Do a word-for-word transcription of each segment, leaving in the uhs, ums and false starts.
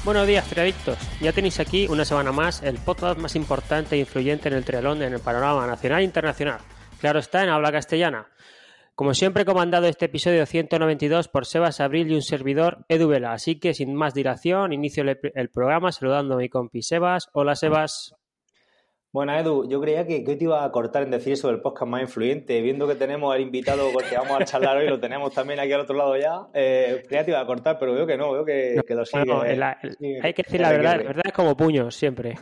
Buenos días, triadictos. Ya tenéis aquí una semana más el podcast más importante e influyente en el triatlón en el panorama nacional e internacional. Claro está, en habla castellana. Como siempre, he comandado este episodio ciento noventa y dos por Sebas Abril y un servidor, Edu Vela. Así que, sin más dilación, inicio el, el programa saludando a mi compi Sebas. Hola, Sebas. Bueno, Edu, yo creía que, que hoy te iba a cortar en decir eso del podcast más influyente. Viendo que tenemos al invitado con el que vamos a charlar hoy, lo tenemos también aquí al otro lado ya. Eh, creía que te iba a cortar, pero veo que no, veo que, No, que lo bueno, sigue, el- el- sigue hay que decir la R que verdad. La R. verdad es como puños, siempre.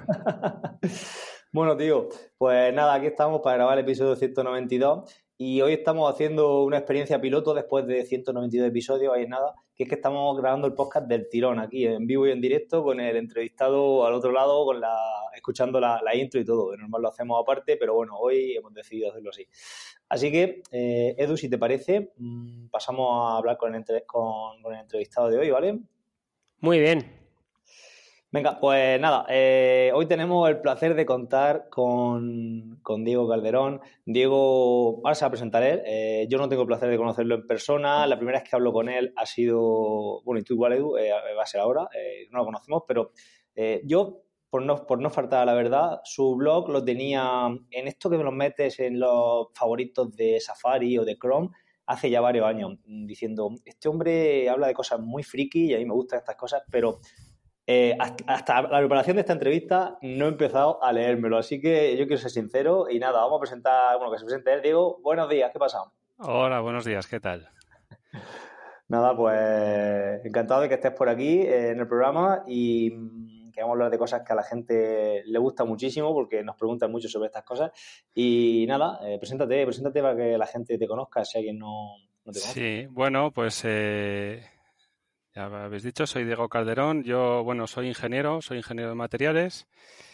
Bueno, tío, pues nada, aquí estamos para grabar el episodio ciento noventa y dos y hoy estamos haciendo una experiencia piloto después de ciento noventa y dos episodios, ahí es nada, que es que estamos grabando el podcast del tirón aquí, en vivo y en directo, con el entrevistado al otro lado, con la escuchando la, la intro y todo. De normal lo hacemos aparte, pero bueno, hoy hemos decidido hacerlo así. Así que, eh, Edu, si te parece, mmm, pasamos a hablar con el, entre, con, con el entrevistado de hoy, ¿vale? Muy bien. Venga, pues nada, eh, hoy tenemos el placer de contar con, con Diego Calderón. Diego, ahora se va a presentar él. Eh, yo no tengo el placer de conocerlo en persona. La primera vez que hablo con él ha sido, bueno, y tú igual, Edu, eh, va a ser ahora. Eh, no lo conocemos, pero eh, yo, por no, por no faltar a la verdad, su blog lo tenía en esto que me lo metes en los favoritos de Safari o de Chrome hace ya varios años, diciendo, este hombre habla de cosas muy friki y a mí me gustan estas cosas, pero... Eh, hasta, hasta la preparación de esta entrevista no he empezado a leérmelo, así que yo quiero ser sincero y nada, vamos a presentar, bueno, que se presente él. Diego, buenos días, ¿qué pasa? Hola, buenos días, ¿qué tal? Nada, pues encantado de que estés por aquí eh, en el programa y mm, que vamos a hablar de cosas que a la gente le gusta muchísimo porque nos preguntan mucho sobre estas cosas y nada, eh, preséntate, preséntate para que la gente te conozca si alguien no, no te conoce. Sí, bueno, pues eh, ya me habéis dicho, soy Diego Calderón. Yo, bueno, soy ingeniero, soy ingeniero de materiales.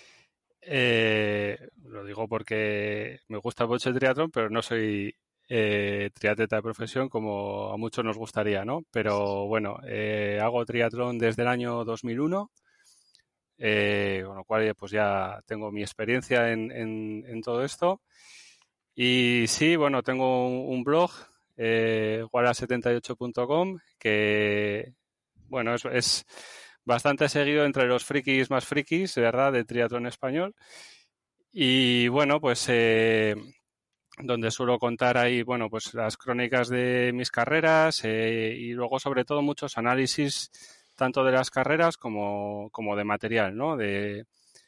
Eh, lo digo porque me gusta mucho el triatlón, pero no soy eh, triatleta de profesión como a muchos nos gustaría, ¿no? Pero bueno, eh, hago triatlón desde el año dos mil uno, eh, con lo cual pues ya tengo mi experiencia en, en, en todo esto. Y sí, bueno, tengo un, un blog, eh, guara setenta y ocho punto com, que, bueno, es, es bastante seguido entre los frikis más frikis, de verdad, de triatlón español. Y bueno, pues eh, donde suelo contar ahí, bueno, pues las crónicas de mis carreras eh, y luego sobre todo muchos análisis tanto de las carreras como, como de material, ¿no? De,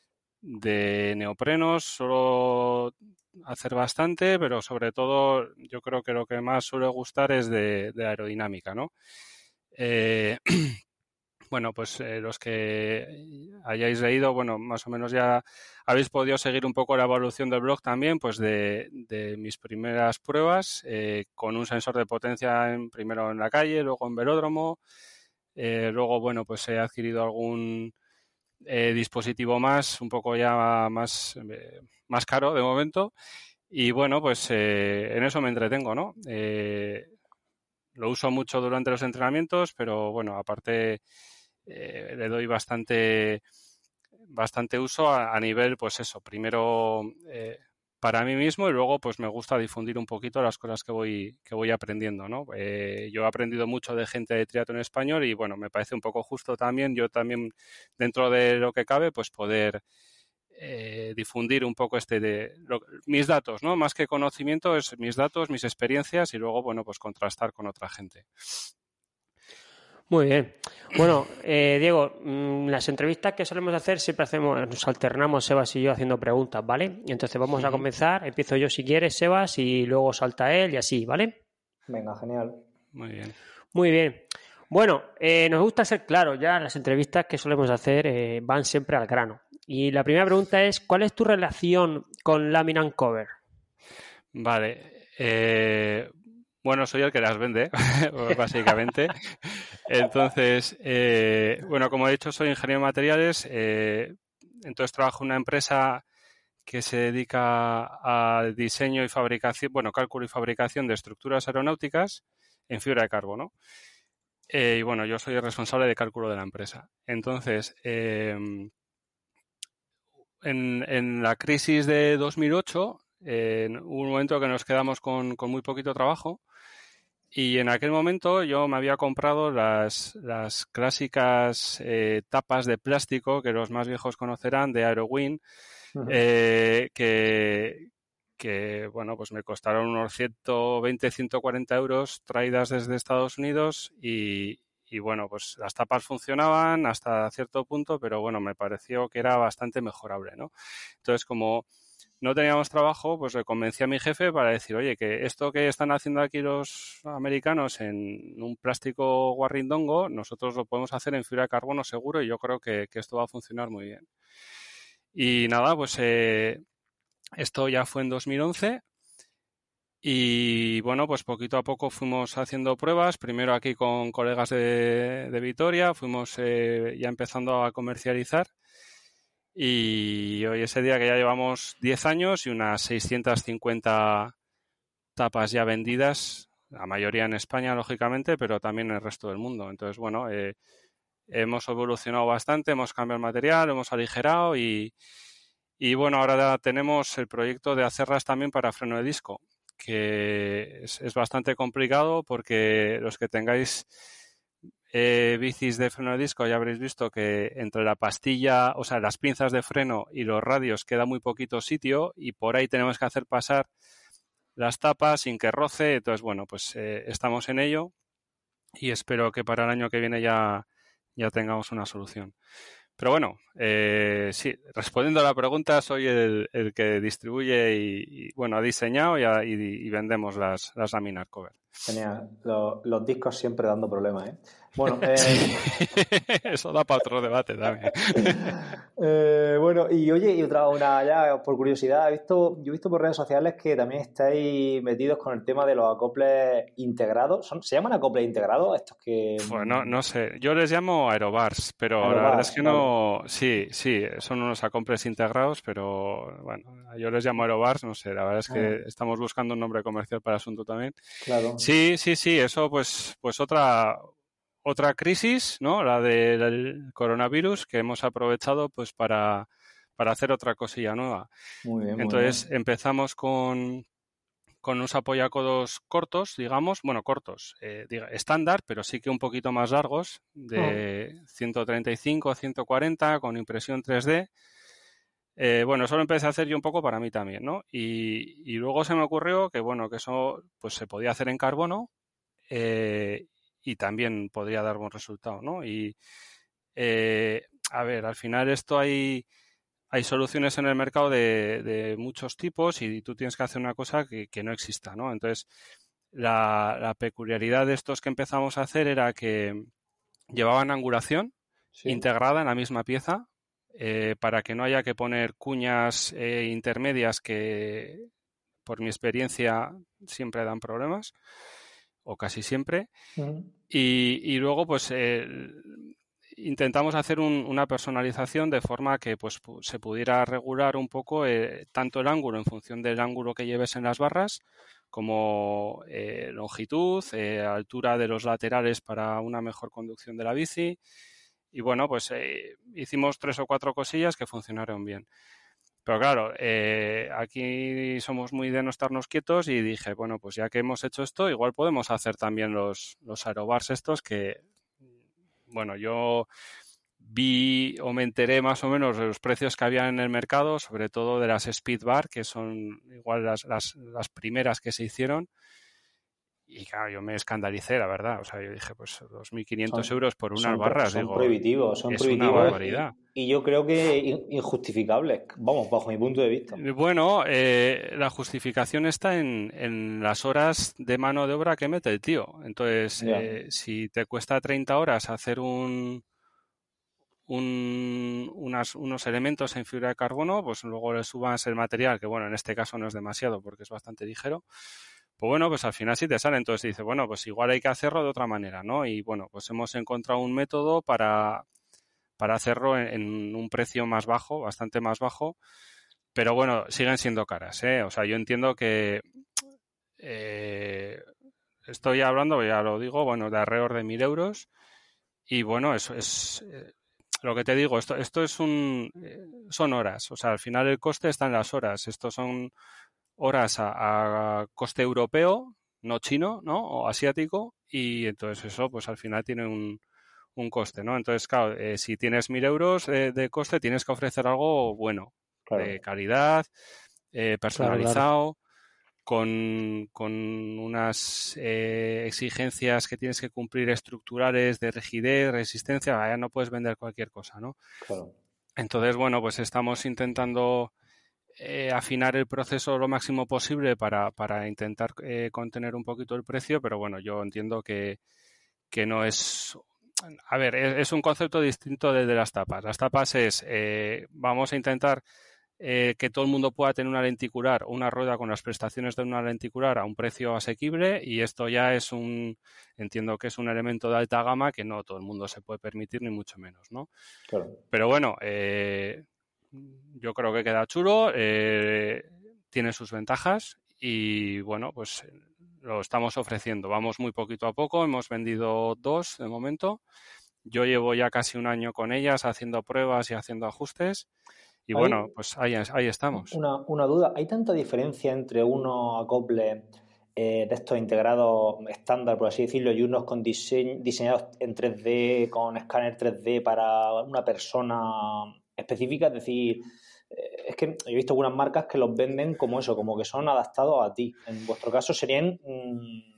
de neoprenos suelo hacer bastante, pero sobre todo yo creo que lo que más suele gustar es de, de aerodinámica, ¿no? Eh, bueno, pues eh, los que hayáis leído, bueno, más o menos ya habéis podido seguir un poco la evolución del blog también, pues de, de mis primeras pruebas eh, con un sensor de potencia en, primero en la calle, luego en velódromo, eh, luego, bueno, pues he adquirido algún eh, dispositivo más, un poco ya más, eh, más caro de momento. Y bueno, pues eh, en eso me entretengo, ¿no? Eh, lo uso mucho durante los entrenamientos, pero bueno, aparte eh, le doy bastante, bastante uso a, a nivel, pues eso, primero eh, para mí mismo y luego pues me gusta difundir un poquito las cosas que voy, que voy aprendiendo, ¿no? Eh, yo he aprendido mucho de gente de triatlón español y bueno, me parece un poco justo también, yo también dentro de lo que cabe, pues poder eh, difundir un poco este de lo, mis datos, ¿no? Más que conocimiento es mis datos, mis experiencias y luego, bueno, pues contrastar con otra gente. Muy bien. Bueno, eh, Diego, mmm, las entrevistas que solemos hacer siempre hacemos, nos alternamos Sebas y yo haciendo preguntas, ¿vale? Entonces vamos a comenzar. Empiezo yo si quieres, Sebas, y luego salta él y así, ¿vale? Venga, genial. Muy bien. Muy bien. Bueno, eh, nos gusta ser claros ya. Las entrevistas que solemos hacer eh, van siempre al grano. Y la primera pregunta es, ¿cuál es tu relación con Laminate Cover? Vale. Eh, bueno, soy el que las vende, básicamente. Entonces, eh, bueno, como he dicho, soy ingeniero de materiales. Eh, entonces trabajo en una empresa que se dedica al diseño y fabricación, bueno, cálculo y fabricación de estructuras aeronáuticas en fibra de carbono. Eh, y bueno, yo soy el responsable de cálculo de la empresa. Entonces, eh, en, en la crisis de dos mil ocho, eh, hubo un momento que nos quedamos con, con muy poquito trabajo Y en aquel momento yo me había comprado las, las clásicas eh, tapas de plástico que los más viejos conocerán de Aerowin, Uh-huh. eh, que, que, bueno, pues me costaron unos ciento veinte, ciento cuarenta euros traídas desde Estados Unidos y, y, bueno, pues las tapas funcionaban hasta cierto punto, pero bueno, me pareció que era bastante mejorable, ¿no? Entonces, como no teníamos trabajo, pues le convencí a mi jefe para decir, oye, que esto que están haciendo aquí los americanos en un plástico guarrindongo, nosotros lo podemos hacer en fibra de carbono seguro y yo creo que, que esto va a funcionar muy bien. Y nada, pues eh, esto ya fue en dos mil once y bueno, pues poquito a poco fuimos haciendo pruebas, primero aquí con colegas de, de Vitoria, fuimos eh, ya empezando a comercializar. Y hoy ese día que ya llevamos diez años y unas seiscientas cincuenta tapas ya vendidas, la mayoría en España, lógicamente, pero también en el resto del mundo. Entonces, bueno, eh, hemos evolucionado bastante, hemos cambiado el material, hemos aligerado y, y bueno, ahora tenemos el proyecto de hacerlas también para freno de disco, que es, es bastante complicado porque los que tengáis Eh, bicis de freno de disco ya habréis visto que entre la pastilla, o sea, las pinzas de freno y los radios queda muy poquito sitio y por ahí tenemos que hacer pasar las tapas sin que roce. Entonces, bueno, pues eh, estamos en ello y espero que para el año que viene ya, ya tengamos una solución. Pero bueno, eh, sí, respondiendo a la pregunta, soy el, el que distribuye y, y, bueno, ha diseñado y, y, y vendemos las, las laminar cover. Genial. Los, los discos siempre dando problemas, ¿eh? Bueno, eh... sí. Eso da para otro debate también. eh, bueno, y oye, y otra, una ya por curiosidad, he visto, yo he visto por redes sociales que también estáis metidos con el tema de los acoples integrados. ¿Son, ¿Se llaman acoples integrados? Estos que... Pues no, no sé, yo les llamo aerobars, pero Aerobars, la verdad es que vale. no, sí, sí, son unos acoples integrados, pero bueno, yo les llamo aerobars, no sé, la verdad es que Ah, estamos buscando un nombre comercial para el asunto también. claro. Sí, sí, sí, eso pues, pues otra, otra crisis, ¿no? La del coronavirus que hemos aprovechado pues para, para hacer otra cosilla nueva. Muy bien, muy Entonces bien. empezamos con con unos apoyacodos cortos, digamos, bueno, cortos, eh, diga, estándar, pero sí que un poquito más largos, de ciento treinta y cinco a ciento cuarenta, con impresión tres D. Eh, bueno, eso lo empecé a hacer yo un poco para mí también, ¿no? Y, y luego se me ocurrió que, bueno, que eso pues se podía hacer en carbono eh, y también podría dar buen resultado, ¿no? Y, eh, a ver, al final esto hay... Hay soluciones en el mercado de, de muchos tipos y tú tienes que hacer una cosa que, que no exista, ¿no? Entonces, la, la peculiaridad de estos que empezamos a hacer era que llevaban angulación Sí. integrada en la misma pieza eh, para que no haya que poner cuñas eh, intermedias que, por mi experiencia, siempre dan problemas, o casi siempre. Uh-huh. Y, y luego, pues, eh, intentamos hacer un, una personalización de forma que pues, se pudiera regular un poco eh, tanto el ángulo en función del ángulo que lleves en las barras, como eh, longitud, eh, altura de los laterales para una mejor conducción de la bici. Y bueno, pues eh, hicimos tres o cuatro cosillas que funcionaron bien. Pero claro, eh, aquí somos muy de no estarnos quietos y dije, bueno, pues ya que hemos hecho esto, igual podemos hacer también los, los aerobars estos que, bueno, yo vi o me enteré más o menos de los precios que había en el mercado, sobre todo de las Speedbar, que son igual las, las, las primeras que se hicieron. Y claro, yo me escandalicé, la verdad. O sea, yo dije, pues dos mil quinientos Son, euros por unas son, pro- barras. son Digo, prohibitivos, son es una prohibitivos barbaridad. y, y yo creo que in- injustificables, vamos, bajo mi punto de vista. Bueno, eh, la justificación está en, en las horas de mano de obra que mete el tío. Entonces, Ya. eh, si te cuesta treinta horas hacer un, un, unas, unos elementos en fibra de carbono, pues luego le subas el material, que bueno, en este caso no es demasiado porque es bastante ligero, pues bueno, pues al final sí te sale. Entonces dice, bueno, pues igual hay que hacerlo de otra manera, ¿no? Y bueno, pues hemos encontrado un método para, para hacerlo en, en un precio más bajo, bastante más bajo, pero bueno, siguen siendo caras, ¿eh? O sea, yo entiendo que eh, estoy hablando, ya lo digo, bueno, de alrededor de mil euros y bueno, eso es... Eh, lo que te digo, esto, esto es un, eh, son horas, o sea, al final el coste está en las horas. Estos son horas a, a coste europeo no chino, ¿no? O asiático, y entonces eso pues al final tiene un, un coste, ¿no? Entonces, claro, eh, si tienes mil euros eh, de coste, tienes que ofrecer algo bueno, Claro. de calidad, eh, personalizado, Claro, claro. con, con unas eh, exigencias que tienes que cumplir estructurales de rigidez, resistencia, ya no puedes vender cualquier cosa, ¿no? Claro. Entonces, bueno, pues estamos intentando eh, afinar el proceso lo máximo posible para, para intentar eh, contener un poquito el precio, pero bueno, yo entiendo que, que no es... A ver, es, es un concepto distinto de, de las tapas. Las tapas es, eh, vamos a intentar eh, que todo el mundo pueda tener una lenticular o una rueda con las prestaciones de una lenticular a un precio asequible, y esto ya es un, entiendo que es un elemento de alta gama que no todo el mundo se puede permitir, ni mucho menos, ¿no? Claro. Pero bueno, eh, yo creo que queda chulo, eh, tiene sus ventajas y bueno, pues lo estamos ofreciendo. Vamos muy poquito a poco, hemos vendido dos de momento. Yo llevo ya casi un año con ellas haciendo pruebas y haciendo ajustes. Y Hay bueno, pues ahí, ahí estamos. una, una duda. ¿Hay tanta diferencia entre unos acoples eh, de estos integrados estándar, por así decirlo, y unos con dise diseñados en tres D, con escáner tres D para una persona específica? Es decir, eh, es que he visto algunas marcas que los venden como eso, como que son adaptados a ti. En vuestro caso serían mmm,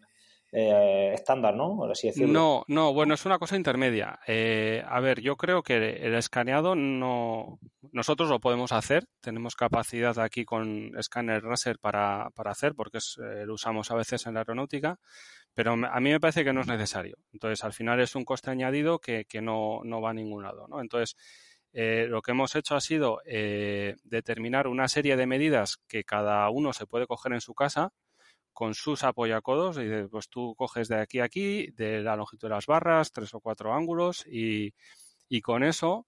eh, estándar, ¿no? Por así decirlo. No, no, bueno, ¿No? es una cosa intermedia. Eh, a ver, yo creo que el escaneado no... Nosotros lo podemos hacer, tenemos capacidad aquí con escáner láser para, para hacer, porque es, eh, lo usamos a veces en la aeronáutica, pero a mí me parece que no es necesario. Entonces, al final es un coste añadido que, que no, no va a ningún lado, ¿no? Entonces, eh, lo que hemos hecho ha sido eh, determinar una serie de medidas que cada uno se puede coger en su casa, con sus apoyacodos, y pues tú coges de aquí a aquí, de la longitud de las barras, tres o cuatro ángulos, y, y con eso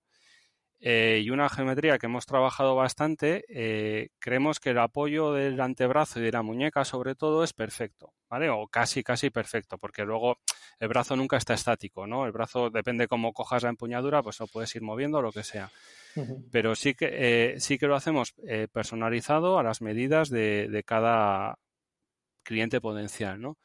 eh, y una geometría que hemos trabajado bastante, eh, creemos que el apoyo del antebrazo y de la muñeca sobre todo es perfecto, ¿vale? O casi, casi perfecto, porque luego el brazo nunca está estático, ¿no? El brazo, depende cómo cojas la empuñadura, pues lo puedes ir moviendo, lo que sea. Uh-huh. Pero sí que, eh, sí que lo hacemos eh, personalizado a las medidas de, de cada cliente potencial, ¿no?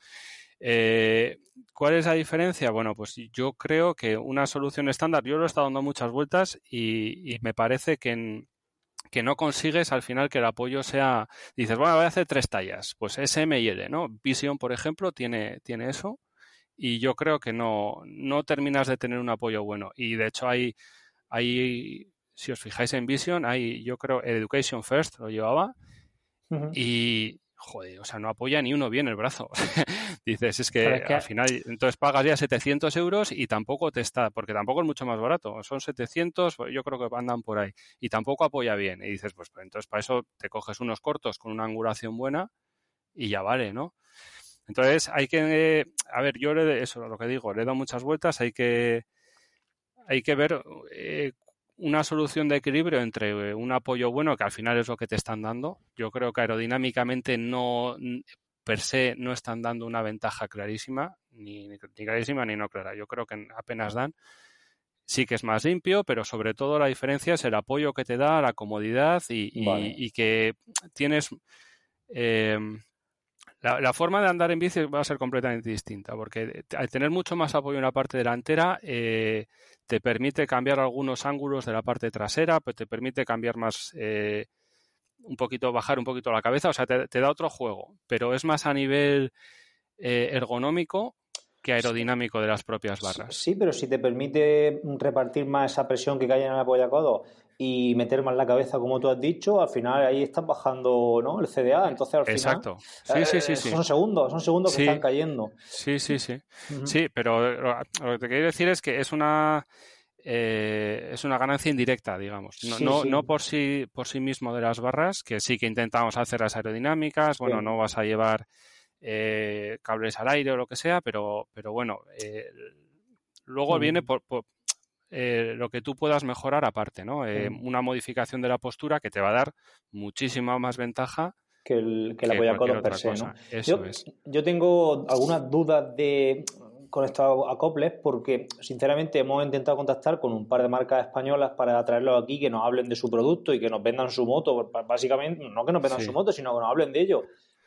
Eh, ¿Cuál es la diferencia? Bueno, pues yo creo que una solución estándar, yo lo he estado dando muchas vueltas y, y me parece que, en, que no consigues al final que el apoyo sea, dices, bueno, voy a hacer tres tallas, pues S, M y L, ¿no? Vision, por ejemplo, tiene, tiene eso, y yo creo que no, no terminas de tener un apoyo bueno. Y de hecho hay, hay si os fijáis en Vision, hay, yo creo, Education First lo llevaba, Uh-huh. y joder, o sea, no apoya ni uno bien el brazo. Dices, es Claro, que es que al final, entonces pagas ya setecientos euros y tampoco te está, porque tampoco es mucho más barato, son setecientos, yo creo que andan por ahí, y tampoco apoya bien. Y dices, pues, pues entonces para eso te coges unos cortos con una angulación buena y ya vale, ¿no? Entonces hay que, a ver, yo le, eso lo que digo, le he dado muchas vueltas, hay que, hay que ver eh, una solución de equilibrio entre un apoyo bueno, que al final es lo que te están dando. Yo creo que aerodinámicamente no, per se, no están dando una ventaja clarísima, ni, ni clarísima ni no clara. Yo creo que apenas dan. Sí que es más limpio, pero sobre todo la diferencia es el apoyo que te da, la comodidad y, y, Vale. y que tienes... Eh, La, la, forma de andar en bici va a ser completamente distinta, porque al tener mucho más apoyo en la parte delantera, eh, te permite cambiar algunos ángulos de la parte trasera, pero te permite cambiar más, eh, un poquito, bajar un poquito la cabeza, o sea, te, te da otro juego, pero es más a nivel eh, ergonómico que aerodinámico de las propias barras. Sí, pero si te permite repartir más esa presión que cae en el apoyacodo y meter más la cabeza, como tú has dicho, al final ahí estás bajando, ¿no?, el C D A. Entonces, al Exacto. final, Sí, eh, sí, sí, sí. son segundos, son segundos Sí, que están cayendo. Sí, sí, sí. Uh-huh. Sí, pero lo, lo que te quiero decir es que es una... Eh, es una ganancia indirecta, digamos. No, Sí, no, sí. no por sí, por sí mismo de las barras, que sí que intentamos hacer las aerodinámicas, Sí. bueno, no vas a llevar eh, cables al aire o lo que sea, pero, pero bueno, eh, luego Uh-huh. viene por, por eh, lo que tú puedas mejorar aparte, ¿no? Eh, Uh-huh. Una modificación de la postura que te va a dar muchísima más ventaja que el, que el que cualquier apoyacodos per otra se, cosa. ¿no? Eso Yo, es. yo tengo algunas dudas de con estos acoples porque, sinceramente, hemos intentado contactar con un par de marcas españolas para traerlos aquí, que nos hablen de su producto y que nos vendan su moto, básicamente, no que nos vendan Sí. su moto, sino que nos hablen de ello.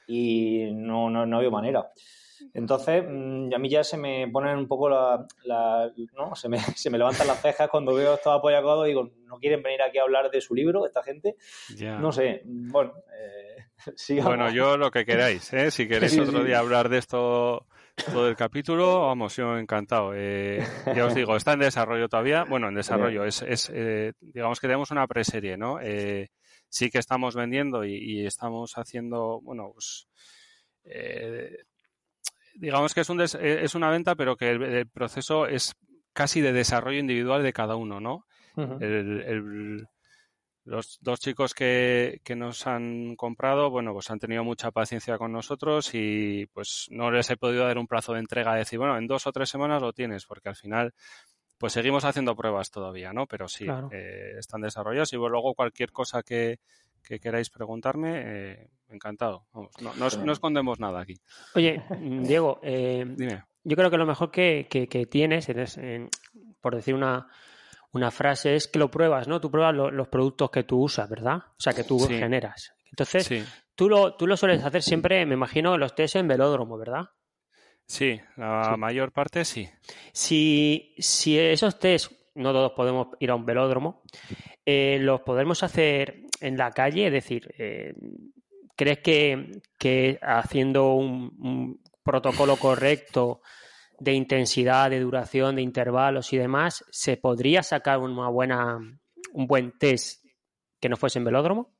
y no, no, no había manera. Entonces, a mí ya se me ponen un poco la, la ¿no? Se me, se me levantan las cejas cuando veo estos apoyacodos y digo, ¿no quieren venir aquí a hablar de su libro esta gente? Ya. No sé, bueno, eh, sigamos. Bueno, yo lo que queráis, ¿eh? Si queréis Sí, otro sí. día hablar de esto, todo el capítulo, vamos, yo encantado. Eh, ya os digo, está en desarrollo todavía. Bueno, en desarrollo, es, es eh, digamos que tenemos una preserie, ¿no? Eh, sí que estamos vendiendo y, y estamos haciendo, bueno, pues... Eh, digamos que es, un des, es una venta, pero que el, el proceso es casi de desarrollo individual de cada uno, ¿no? Uh-huh. El, el, los dos chicos que, que nos han comprado, bueno, pues han tenido mucha paciencia con nosotros y pues no les he podido dar un plazo de entrega de decir, bueno, en dos o tres semanas lo tienes, porque al final pues seguimos haciendo pruebas todavía, ¿no? Pero sí, Claro. eh, están desarrollados y luego cualquier cosa que, que queráis preguntarme, eh, encantado. Vamos, no, no, no escondemos nada aquí. Oye, Diego, eh, Dime. Yo creo que lo mejor que, que, que tienes, eres, eh, por decir una, una frase, es que lo pruebas, ¿no? Tú pruebas lo, los productos que tú usas, ¿verdad? O sea, que tú Sí. generas. Entonces, Sí. tú, lo, tú lo sueles hacer siempre, me imagino, los test en velódromo, ¿verdad? Sí, la Sí. mayor parte sí. Si, si esos test, no todos podemos ir a un velódromo, eh, los podemos hacer en la calle, es decir, eh, ¿crees que, que haciendo un, un protocolo correcto de intensidad, de duración, de intervalos y demás, se podría sacar una buena, un buen test que no fuese en velódromo?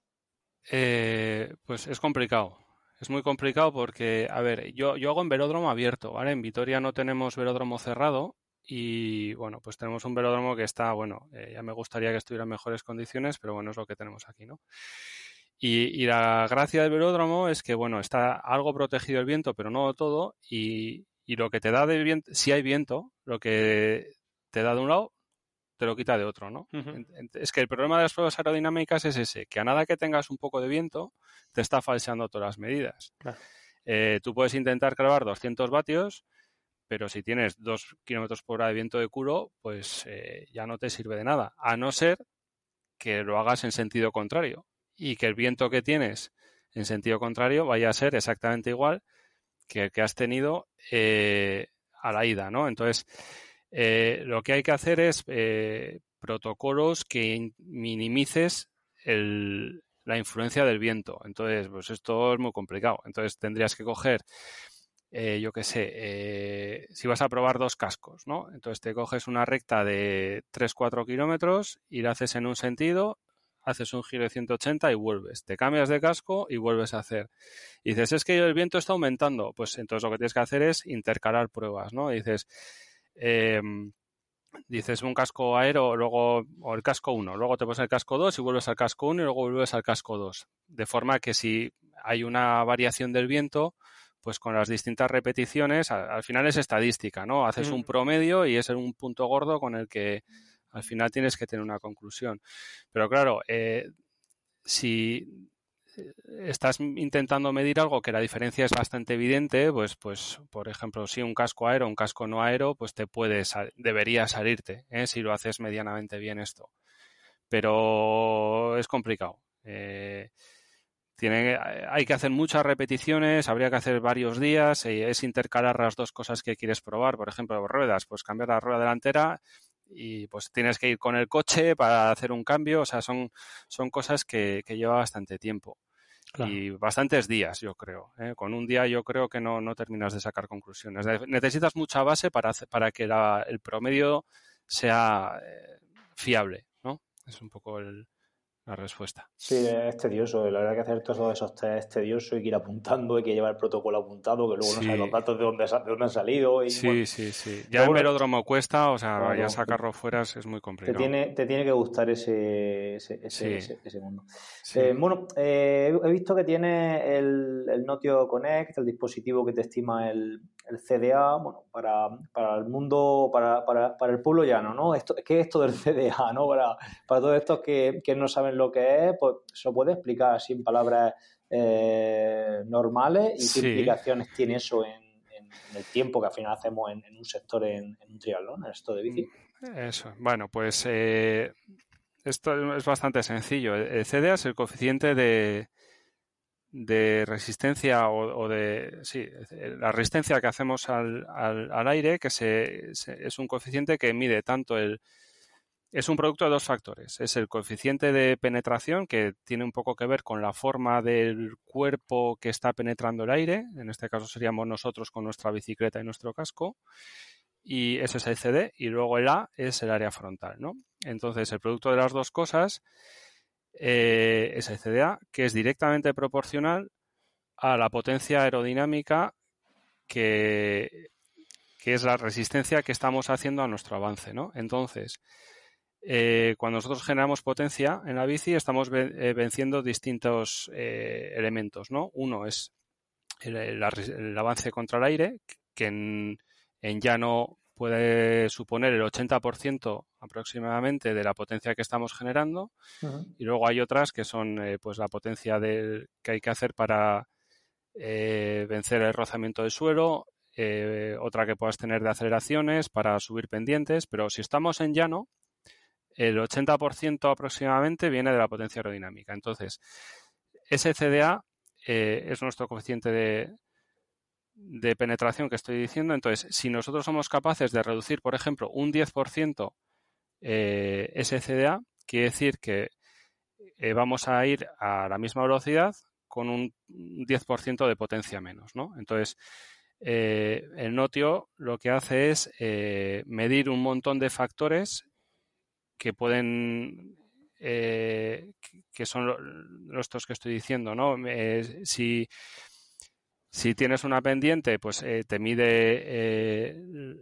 Eh, pues es complicado. Es muy complicado porque, a ver, yo, yo hago en velódromo abierto, ¿vale? En Vitoria no tenemos velódromo cerrado y, bueno, pues tenemos un velódromo que está, bueno, eh, ya me gustaría que estuviera en mejores condiciones, pero bueno, es lo que tenemos aquí, ¿no? Y, y la gracia del velódromo es que, bueno, está algo protegido el viento, pero no todo, y, y lo que te da de viento, si hay viento, lo que te da de un lado, te lo quita de otro, ¿no? Uh-huh. Es que el problema de las pruebas aerodinámicas es ese, que a nada que tengas un poco de viento, te está falseando todas las medidas. Claro. Eh, tú puedes intentar clavar doscientos vatios, pero si tienes dos kilómetros por hora de viento de culo, pues eh, ya no te sirve de nada, a no ser que lo hagas en sentido contrario y que el viento que tienes en sentido contrario vaya a ser exactamente igual que el que has tenido eh, a la ida, ¿no? Entonces, eh, lo que hay que hacer es eh, protocolos que minimices el, la influencia del viento. Entonces, pues esto es muy complicado. Entonces, tendrías que coger, eh, yo qué sé, eh, si vas a probar dos cascos, ¿no? Entonces, te coges una recta de tres cuatro kilómetros y la haces en un sentido, haces un giro de ciento ochenta y vuelves. Te cambias de casco y vuelves a hacer. Y dices, es que el viento está aumentando. Pues entonces lo que tienes que hacer es intercalar pruebas, ¿no? Y dices, eh, dices un casco aero, luego, o el casco uno, luego te pones el casco dos y vuelves al casco uno y luego vuelves al casco dos. De forma que si hay una variación del viento, pues con las distintas repeticiones, al, al final es estadística, ¿no? Haces Mm. un promedio y es un punto gordo con el que al final tienes que tener una conclusión. Pero claro, eh, si estás intentando medir algo que la diferencia es bastante evidente, pues, pues por ejemplo, si un casco aero, un casco no aero, pues te puede sal- debería salirte, ¿eh? Si lo haces medianamente bien esto. Pero es complicado. Eh, tiene, hay que hacer muchas repeticiones, habría que hacer varios días, eh, es intercalar las dos cosas que quieres probar. Por ejemplo, ruedas, pues cambiar la rueda delantera y pues tienes que ir con el coche para hacer un cambio. O sea, son, son cosas que, que lleva bastante tiempo. Claro. Y bastantes días, yo creo. ¿eh? Con un día yo creo que no, no terminas de sacar conclusiones. Necesitas mucha base para, para que la, el promedio sea eh, fiable, ¿no? Es un poco el, la respuesta. Sí, es tedioso. La verdad que hacer todos esos test es tedioso. Hay que ir apuntando, hay que llevar el protocolo apuntado, que luego sí. no sabes los datos de dónde, de dónde han salido. Y, sí, bueno. sí, sí. Ya Pero en bueno, velódromo cuesta, o sea, claro, ya sacarlo fuera es, es muy complicado. Te tiene, te tiene que gustar ese, ese, ese, sí. ese, ese mundo. Sí. Eh, bueno, eh, he visto que tiene el, el Notio Connect, el dispositivo que te estima el, el C D A, bueno, para, para el mundo, para, para, para el pueblo llano, ¿no? Esto, ¿qué es esto del C D A, no? Para, para todos estos que, que no saben lo que es, pues se lo puede explicar sin palabras eh, normales y sí. qué implicaciones tiene eso en, en, en el tiempo que al final hacemos en, en un sector, en, en un triatlón, en esto de bici. Eso, bueno, pues eh, esto es bastante sencillo. El C D A es el coeficiente de, de resistencia o, o de sí, la resistencia que hacemos al, al, al aire, que se, se, es un coeficiente que mide tanto el es un producto de dos factores. Es el coeficiente de penetración, que tiene un poco que ver con la forma del cuerpo que está penetrando el aire. En este caso seríamos nosotros con nuestra bicicleta y nuestro casco. Y ese es el C D. Y luego el A es el área frontal, ¿no? Entonces, el producto de las dos cosas eh, es el C D A, que es directamente proporcional a la potencia aerodinámica que, que es la resistencia que estamos haciendo a nuestro avance, ¿no? Entonces, Eh, cuando nosotros generamos potencia en la bici, estamos eh, venciendo distintos eh, elementos, ¿no? Uno es el, el, el avance contra el aire, que en, en llano puede suponer el ochenta por ciento aproximadamente de la potencia que estamos generando. Uh-huh. Y luego hay otras que son eh, pues la potencia del, que hay que hacer para eh, vencer el rozamiento del suelo, eh, otra que puedas tener de aceleraciones para subir pendientes, pero si estamos en llano, el ochenta por ciento aproximadamente viene de la potencia aerodinámica. Entonces, ese C D A eh, es nuestro coeficiente de, de penetración que estoy diciendo. Entonces, si nosotros somos capaces de reducir, por ejemplo, un diez por ciento eh, ese C D A, quiere decir que eh, vamos a ir a la misma velocidad con un diez por ciento de potencia menos, ¿no? Entonces, eh, el Notio lo que hace es eh, medir un montón de factores que pueden, eh, que son los que estoy diciendo, ¿no? Eh, si, si tienes una pendiente, pues eh, te mide, eh,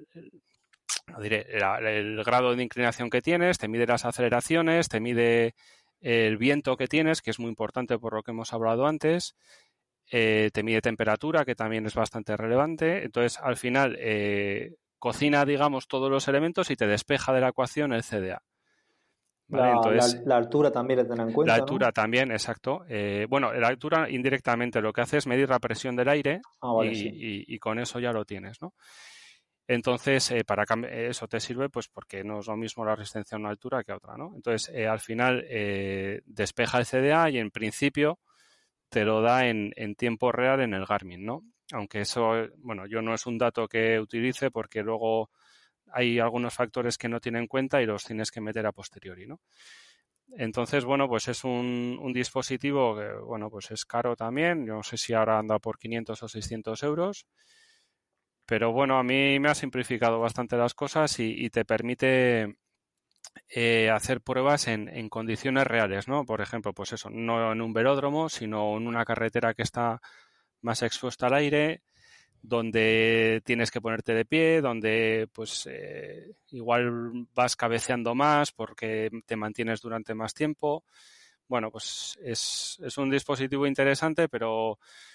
no diré, la, el grado de inclinación que tienes, te mide las aceleraciones, te mide el viento que tienes, que es muy importante por lo que hemos hablado antes, eh, te mide temperatura, que también es bastante relevante. Entonces, al final, eh, cocina, digamos, todos los elementos y te despeja de la ecuación el C D A. ¿Vale? La, Entonces, la, la altura también la tienen en cuenta, La altura, ¿no? También, exacto. Eh, bueno, la altura indirectamente lo que hace es medir la presión del aire ah, vale, y, sí. y, y con eso ya lo tienes, ¿no? Entonces, eh, para eso te sirve, pues porque no es lo mismo la resistencia a una altura que a otra, ¿no? Entonces, eh, al final eh, despeja el C D A y en principio te lo da en, en tiempo real en el Garmin, ¿no? Aunque eso, bueno, yo no es un dato que utilice porque luego hay algunos factores que no tiene en cuenta y los tienes que meter a posteriori, ¿no? Entonces, bueno, pues es un, un dispositivo que, bueno, pues es caro también. Yo no sé si ahora anda por quinientos o seiscientos euros. Pero bueno, a mí me ha simplificado bastante las cosas y, y te permite eh, hacer pruebas en, en condiciones reales, ¿no? Por ejemplo, pues eso, no en un velódromo, sino en una carretera que está más expuesta al aire, donde tienes que ponerte de pie, donde pues eh, igual vas cabeceando más porque te mantienes durante más tiempo. Bueno, pues es, es un dispositivo interesante, pero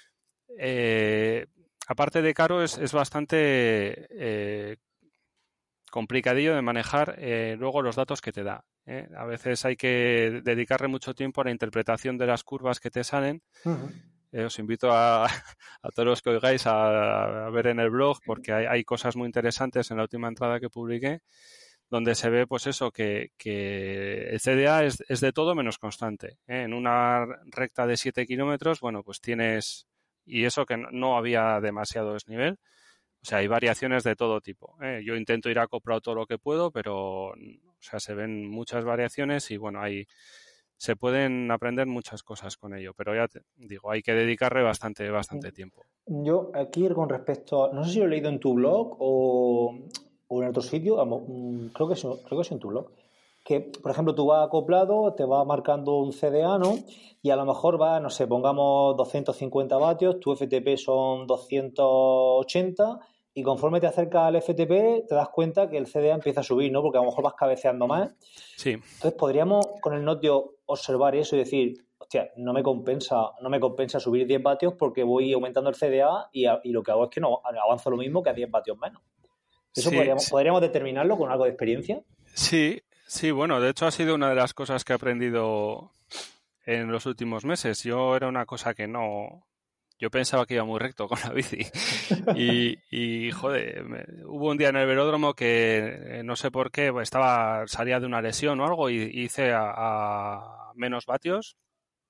eh, aparte de caro es, es bastante eh, complicadillo de manejar eh, luego los datos que te da. ¿eh? A veces hay que dedicarle mucho tiempo a la interpretación de las curvas que te salen. Uh-huh. Eh, os invito a, a todos los que oigáis a, a ver en el blog porque hay, hay cosas muy interesantes en la última entrada que publiqué donde se ve pues eso que, que el C D A es, es de todo menos constante. ¿eh? En una recta de siete kilómetros, bueno, pues tienes, y eso que no, no había demasiado desnivel, o sea, hay variaciones de todo tipo. ¿eh? Yo intento ir acoplado todo lo que puedo, pero o sea, se ven muchas variaciones y bueno, hay se pueden aprender muchas cosas con ello, pero ya te digo, hay que dedicarle bastante, bastante tiempo. Yo aquí con respecto a, no sé si lo he leído en tu blog o, o en otro sitio, creo que, es, creo que es en tu blog, que por ejemplo tú vas acoplado, te va marcando un C D A, ¿no? Y a lo mejor va, no sé, pongamos doscientos cincuenta vatios, tu F T P son doscientos ochenta y conforme te acercas al F T P te das cuenta que el C D A empieza a subir, ¿no? Porque a lo mejor vas cabeceando más. Sí. Entonces podríamos con el Notio observar eso y decir, hostia, no me compensa, no me compensa subir diez vatios porque voy aumentando el C D A y, a, y lo que hago es que no avanzo lo mismo que a diez vatios menos. ¿Eso sí, podríamos, sí. podríamos determinarlo con algo de experiencia? Sí, sí, bueno, de hecho ha sido una de las cosas que he aprendido en los últimos meses. Yo era una cosa que no... Yo pensaba que iba muy recto con la bici y, y joder, me, hubo un día en el velódromo que eh, no sé por qué, estaba salía de una lesión o algo y hice a, a menos vatios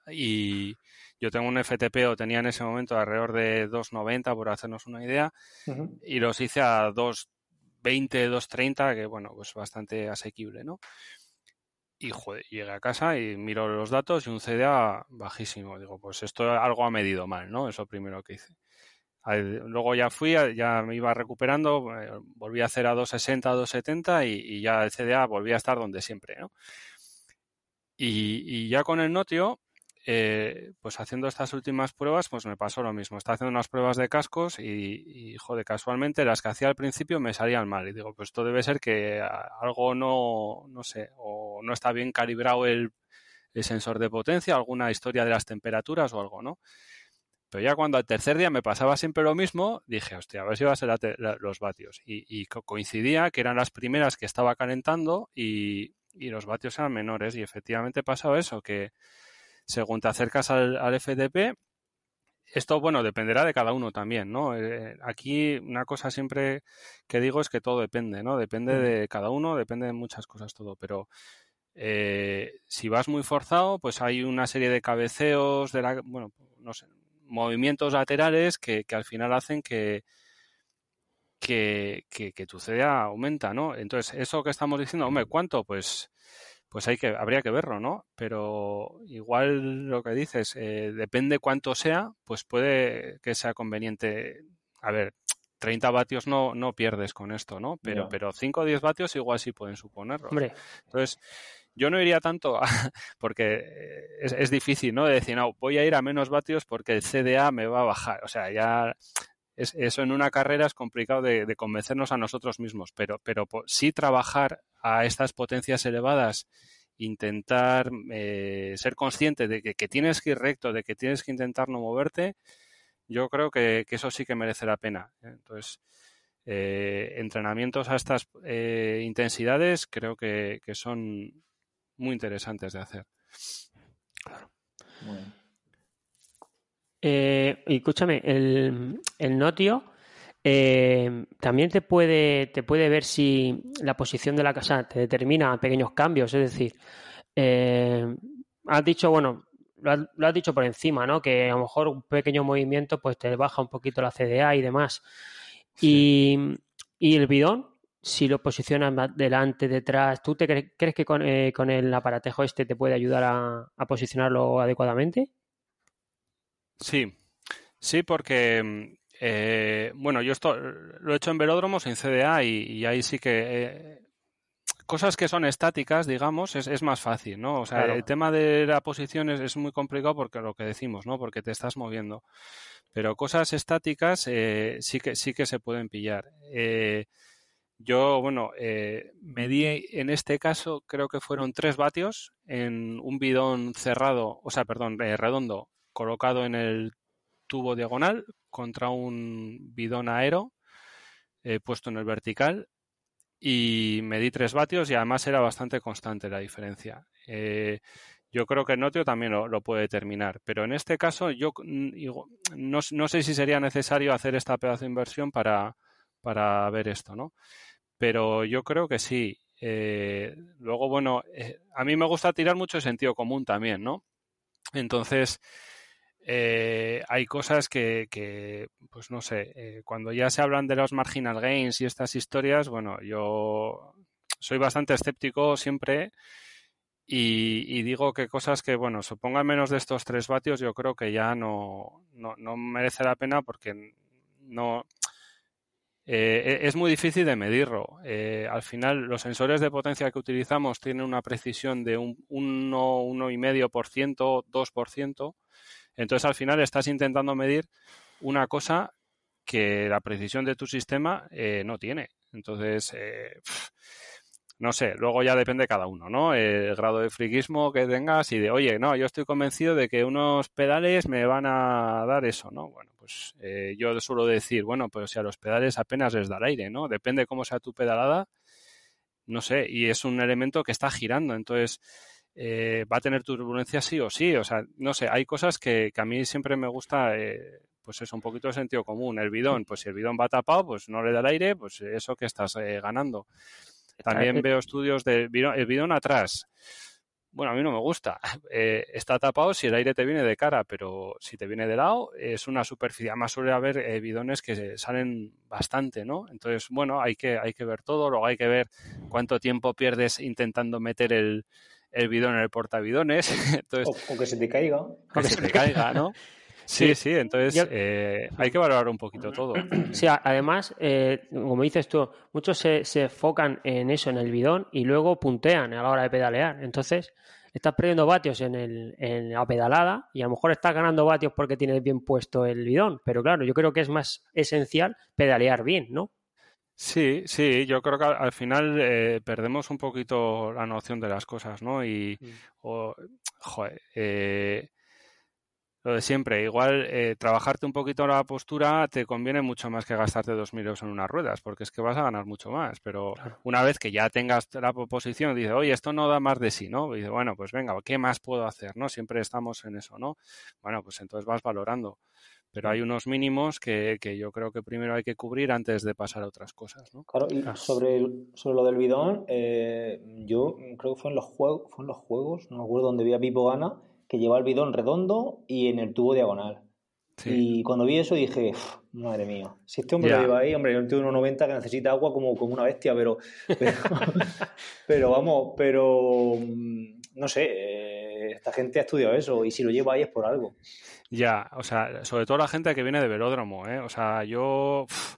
y yo tengo un F T P, o tenía en ese momento alrededor de dos noventa, por hacernos una idea, uh-huh. y los hice a dos veinte, dos treinta, que bueno, pues bastante asequible, ¿no? Y joder, llegué a casa y miro los datos y un C D A bajísimo. Digo, pues esto algo ha medido mal, ¿no? Eso primero que hice. Luego ya fui, ya me iba recuperando, volví a hacer a dos sesenta, dos setenta y, y ya el C D A volvía a estar donde siempre, ¿no? Y, y ya con el Notio, eh, pues haciendo estas últimas pruebas, pues me pasó lo mismo. Estaba haciendo unas pruebas de cascos y, y, joder, casualmente las que hacía al principio me salían mal. Y digo, pues esto debe ser que algo no, no sé, o no está bien calibrado el, el sensor de potencia, alguna historia de las temperaturas o algo, ¿no? Pero ya cuando al tercer día me pasaba siempre lo mismo, dije, hostia, a ver si va a ser la te- la, los vatios. Y, y coincidía que eran las primeras que estaba calentando y, y los vatios eran menores. Y efectivamente pasaba eso, que según te acercas al, al F T P, esto, bueno, dependerá de cada uno también, ¿no? Eh, aquí una cosa siempre que digo es que todo depende, ¿no? Depende uh-huh. de cada uno, depende de muchas cosas todo, pero... Eh, si vas muy forzado, pues hay una serie de cabeceos, de la, bueno, no sé, movimientos laterales que, que al final hacen que, que, que, que tu C D A aumenta, ¿no? Entonces, eso que estamos diciendo, hombre, ¿cuánto? Pues, pues hay que, habría que verlo, ¿no? Pero igual lo que dices, eh, depende cuánto sea, pues puede que sea conveniente. A ver, treinta vatios no, no pierdes con esto, ¿no? Pero, yeah. pero cinco o diez vatios igual sí pueden suponerlo. Hombre. Entonces, yo no iría tanto a, porque es, es difícil, ¿no? De decir, no, voy a ir a menos vatios porque el C D A me va a bajar. O sea, ya es, eso en una carrera es complicado de, de convencernos a nosotros mismos, pero, pero sí trabajar a estas potencias elevadas, intentar eh, ser consciente de que, que tienes que ir recto, de que tienes que intentar no moverte, yo creo que, que eso sí que merece la pena. Entonces, eh, entrenamientos a estas eh, intensidades creo que, que son muy interesantes de hacer. Claro. Muy bien. Eh, y escúchame, el, el Notio eh, también te puede, te puede ver si la posición de la casa te determina pequeños cambios, es decir, eh, has dicho, bueno, lo has, lo has dicho por encima, ¿no? Que a lo mejor un pequeño movimiento pues te baja un poquito la C D A y demás. Sí. Y, y el bidón, si lo posicionas más delante, detrás, ¿tú te cre- crees que con, eh, con el aparatejo este te puede ayudar a, a posicionarlo adecuadamente? Sí, sí, porque eh, bueno, yo esto lo he hecho en velódromos, en C D A, y, y ahí sí que eh, cosas que son estáticas, digamos, es, es más fácil, ¿no? O sea, claro. El tema de la posición es, es muy complicado porque lo que decimos, ¿no? Porque te estás moviendo. Pero cosas estáticas eh, sí que sí que se pueden pillar. Eh, yo, bueno, eh, medí en este caso, creo que fueron tres vatios en un bidón cerrado, o sea, perdón, eh, redondo, colocado en el tubo diagonal contra un bidón aero eh, puesto en el vertical, y medí tres vatios y además era bastante constante la diferencia. Eh, yo creo que el Notio también lo, lo puede determinar, pero en este caso yo no, no sé si sería necesario hacer esta pedazo de inversión para, para ver esto, ¿no? Pero yo creo que sí. Eh, luego, bueno, eh, a mí me gusta tirar mucho de sentido común también, ¿no? Entonces, eh, hay cosas que, que, pues no sé, eh, cuando ya se hablan de los marginal gains y estas historias, bueno, yo soy bastante escéptico siempre y, y digo que cosas que, bueno, supongan menos de estos tres vatios, yo creo que ya no, no, no merece la pena porque no... Eh, es muy difícil de medirlo. Eh, al final, los sensores de potencia que utilizamos tienen una precisión de un uno, uno coma cinco por ciento, dos por ciento. Entonces, al final, estás intentando medir una cosa que la precisión de tu sistema eh, no tiene. Entonces, eh, pff, no sé, luego ya depende de cada uno, ¿no? El grado de friquismo que tengas y de, oye, no, yo estoy convencido de que unos pedales me van a dar eso, ¿no? Bueno, pues eh, yo suelo decir, bueno, pues si a los pedales apenas les da el aire, ¿no? Depende cómo sea tu pedalada, no sé, y es un elemento que está girando, entonces eh, va a tener turbulencia sí o sí, o sea, no sé, hay cosas que, que a mí siempre me gusta, eh, pues eso, un poquito de sentido común. El bidón, pues si el bidón va tapado, pues no le da el aire, pues eso que estás eh, ganando. También veo estudios del bidón, el bidón atrás. bueno, a mí no me gusta. Eh, está tapado si el aire te viene de cara, pero si te viene de lado es una superficie. Además suele haber eh, bidones que salen bastante, ¿no? Entonces, bueno, hay que, hay que ver todo. Luego hay que ver cuánto tiempo pierdes intentando meter el, el bidón en el portabidones. Entonces, o, o que se te caiga. O que se te caiga, ¿no? Sí, sí, entonces Yo- eh, hay que valorar un poquito todo. Sí, a- además, eh, como dices tú, muchos se, se enfocan en eso, en el bidón, y luego puntean a la hora de pedalear. Entonces, estás perdiendo vatios en, el, en la pedalada y a lo mejor estás ganando vatios porque tienes bien puesto el bidón. Pero claro, yo creo que es más esencial pedalear bien, ¿no? Sí, sí, yo creo que al, al final eh, perdemos un poquito la noción de las cosas, ¿no? Y, Mm. o, joder, eh, lo de siempre, igual eh, trabajarte un poquito la postura te conviene mucho más que gastarte dos mil euros en unas ruedas, porque es que vas a ganar mucho más. Pero Claro. una vez que ya tengas la posición, dices, oye, esto no da más de sí, ¿no? Y dices, bueno, pues venga, ¿qué más puedo hacer, no? Siempre estamos en eso, ¿no? Bueno, pues entonces vas valorando. Pero hay unos mínimos que, que yo creo que primero hay que cubrir antes de pasar a otras cosas, ¿no? Claro, y Claro. sobre, el- sobre lo del bidón, eh, yo creo que fue en los juegos, fue en los juegos, no me acuerdo dónde vi a Pipo Gana, que lleva el bidón redondo y en el tubo diagonal. Sí, Y cuando vi eso dije, "Uf, madre mía, si este hombre lo ya. lleva ahí, hombre, yo tengo uno noventa que necesita agua como, como una bestia, pero, pero, pero vamos, pero mm, no sé, eh, esta gente ha estudiado eso y si lo lleva ahí es por algo. Ya, o sea, sobre todo la gente que viene de velódromo, ¿eh? O sea, yo, uf,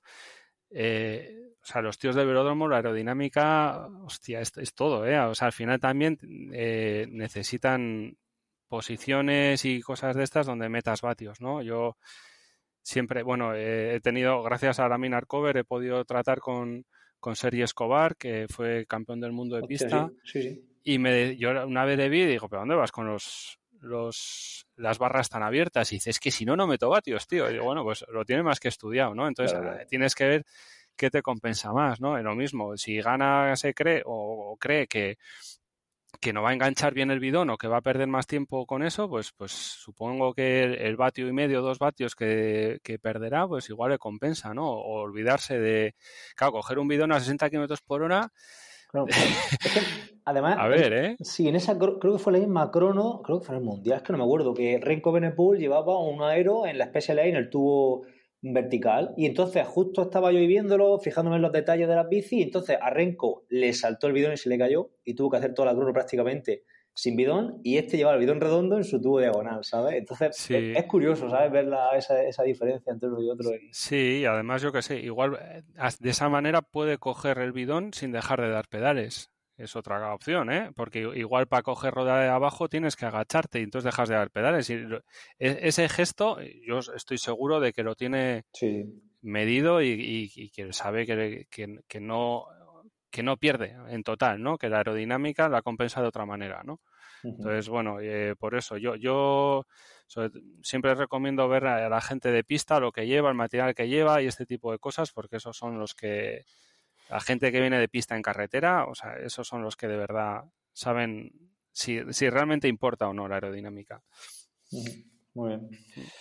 eh, o sea, los tíos de velódromo, la aerodinámica, hostia, es, es todo, ¿eh? O sea, al final también eh, necesitan posiciones y cosas de estas donde metas vatios, ¿no? Yo siempre, bueno, eh, he tenido, gracias a la Minar Cover, he podido tratar con, con Sergi Escobar, que fue campeón del mundo de Hostia, pista, sí, sí, sí. y me, yo una vez le vi y digo, ¿pero dónde vas con los, los, las barras tan abiertas? Y dice, es que si no, no meto vatios, tío. Y digo, bueno, pues lo tiene más que estudiado, ¿no? Entonces Claro, claro. tienes que ver qué te compensa más, ¿no? En lo mismo, si gana, se cree o, o cree que, que no va a enganchar bien el bidón o que va a perder más tiempo con eso, pues, pues supongo que el, el vatio y medio, dos vatios que, que perderá, pues igual le compensa, ¿no? O olvidarse de, claro, coger un bidón a sesenta kilómetros por hora. Claro. Es que, además, A ver, ¿eh? en, sí, en esa cro- creo que fue la misma crono, creo que fue en el Mundial, es que no me acuerdo, que Renko Evenepoel llevaba un aero en la Special Air, en el tubo vertical, y entonces justo estaba yo ahí viéndolo, fijándome en los detalles de las bici, y entonces a Renko le saltó el bidón y se le cayó, y tuvo que hacer toda la crono prácticamente sin bidón, y este llevaba el bidón redondo en su tubo diagonal, ¿sabes? Entonces es, Sí. es curioso, ¿sabes? Ver la, esa, esa diferencia entre uno y otro. En... Sí, además yo que sé, igual eh, as- de esa manera puede coger el bidón sin dejar de dar pedales. Es otra opción, ¿eh? Porque i- igual para coger rueda de abajo tienes que agacharte y entonces dejas de dar pedales. Y lo- e- ese gesto, eh, yo estoy seguro de que lo tiene Sí, medido y, y- y que sabe que, que- que no, que no pierde en total, ¿no? Que la aerodinámica la compensa de otra manera, ¿no? ujú. Entonces, bueno, eh, por eso yo, yo sobre- siempre recomiendo ver a la gente de pista, lo que lleva, el material que lleva y este tipo de cosas, porque esos son los que, la gente que viene de pista en carretera, o sea, esos son los que de verdad saben si, si realmente importa o no la aerodinámica. Ujú. Muy bien.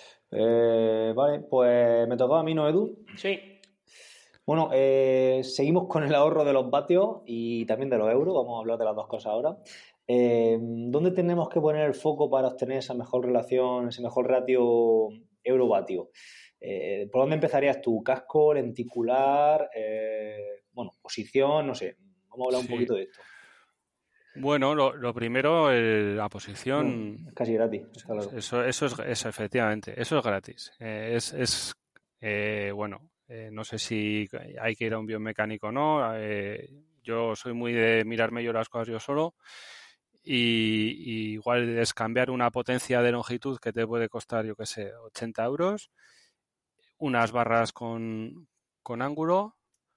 Eh, vale, pues me tocaba a mí, ¿no, Edu? Sí. Bueno, eh, seguimos con el ahorro de los vatios y también de los euros. Vamos a hablar de las dos cosas ahora. Eh, ¿dónde tenemos que poner el foco para obtener esa mejor relación, ese mejor ratio euro-vatio? Eh, ¿por dónde empezarías tú? ¿Casco, lenticular? Eh, bueno, posición, no sé. Vamos a hablar un Sí. poquito de esto. Bueno, lo, lo primero, el- la Bueno, posición, es casi gratis, está claro. eso, eso es, eso efectivamente, eso es gratis. Eh, es, es eh, bueno, eh, no sé si hay que ir a un biomecánico o no. eh, yo soy muy de mirarme yo las cosas yo solo. Y, y igual es cambiar una potencia de longitud que te puede costar, yo qué sé, ochenta euros, unas barras con, con ángulo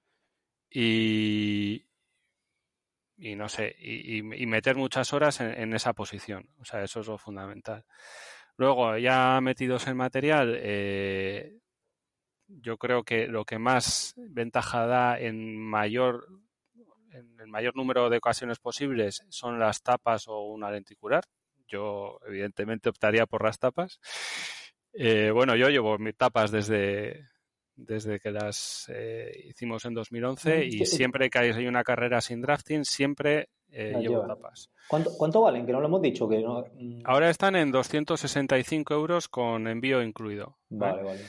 y, y no sé, y, y meter muchas horas en, en esa posición. O sea, eso es lo fundamental. Luego, ya metidos en material, eh, yo creo que lo que más ventaja da en mayor en el mayor número de ocasiones posibles son las tapas o una lenticular. Yo, evidentemente, optaría por las tapas. Eh, bueno, yo llevo mis tapas desde, desde que las eh, hicimos en dos mil once y siempre que hay una carrera sin drafting, siempre eh, Las llevo llevan. tapas. ¿Cuánto, ¿Cuánto valen? Que no lo hemos dicho. Que no... Ahora están en doscientos sesenta y cinco euros con envío incluido. ¿eh? Vale, vale.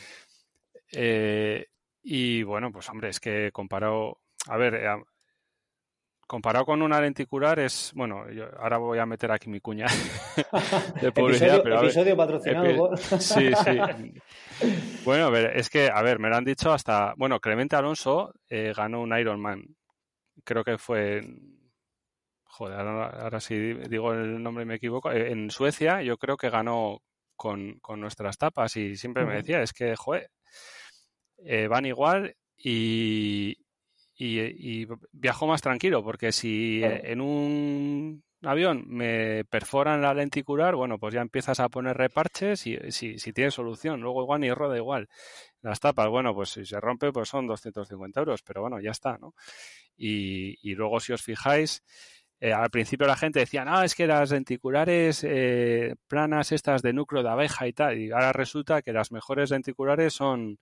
Eh, y bueno, pues hombre, es que comparado... A ver, eh, comparado con una lenticular es... Bueno, yo ahora voy a meter aquí mi cuña de publicidad, episodio, pero a ver... episodio patrocinado epi- por... Sí, sí. Bueno, a ver, es que, a ver, me lo han dicho hasta... Bueno, Clemente Alonso eh, ganó un Ironman. Creo que fue... en- Joder, ahora, ahora sí digo el nombre y me equivoco. Eh, En Suecia yo creo que ganó con, con nuestras tapas y siempre me decía, es que, joder, eh, van igual y, y, y viajo más tranquilo, porque si Claro. en un avión me perforan la lenticular, bueno, pues ya empiezas a poner reparches y si, si tienes solución, luego igual ni rueda igual. Las tapas, bueno, pues si se rompe, pues son doscientos cincuenta euros, pero bueno, ya está, ¿no? Y, y luego, si os fijáis, eh, al principio la gente decía, no, es que las lenticulares eh, planas estas de núcleo de abeja y tal, y ahora resulta que las mejores lenticulares son,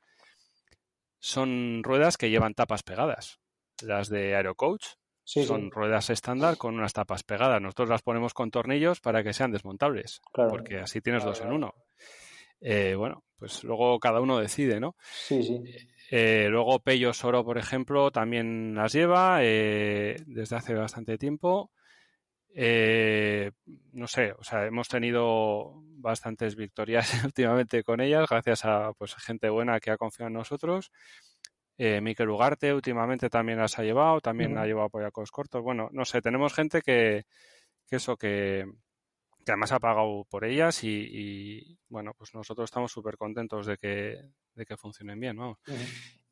son ruedas que llevan tapas pegadas. Las de Aerocoach Sí, son sí. ruedas estándar con unas tapas pegadas. Nosotros las ponemos con tornillos para que sean desmontables, Claro. porque así tienes Claro, dos en claro. uno. Eh, bueno, pues luego cada uno decide, ¿no? Sí, sí. Eh, luego Pello Soro, por ejemplo, también las lleva eh, desde hace bastante tiempo. Eh, no sé, o sea, hemos tenido bastantes victorias últimamente con ellas, gracias a pues gente buena que ha confiado en nosotros. Eh, Mikel Ugarte últimamente también las ha llevado, también Ujú. ha llevado apoyacos cortos. Bueno, no sé, tenemos gente que, que eso, que, que además ha pagado por ellas y, y, bueno, pues nosotros estamos súper contentos de que, de que funcionen bien, ¿no? Ujú.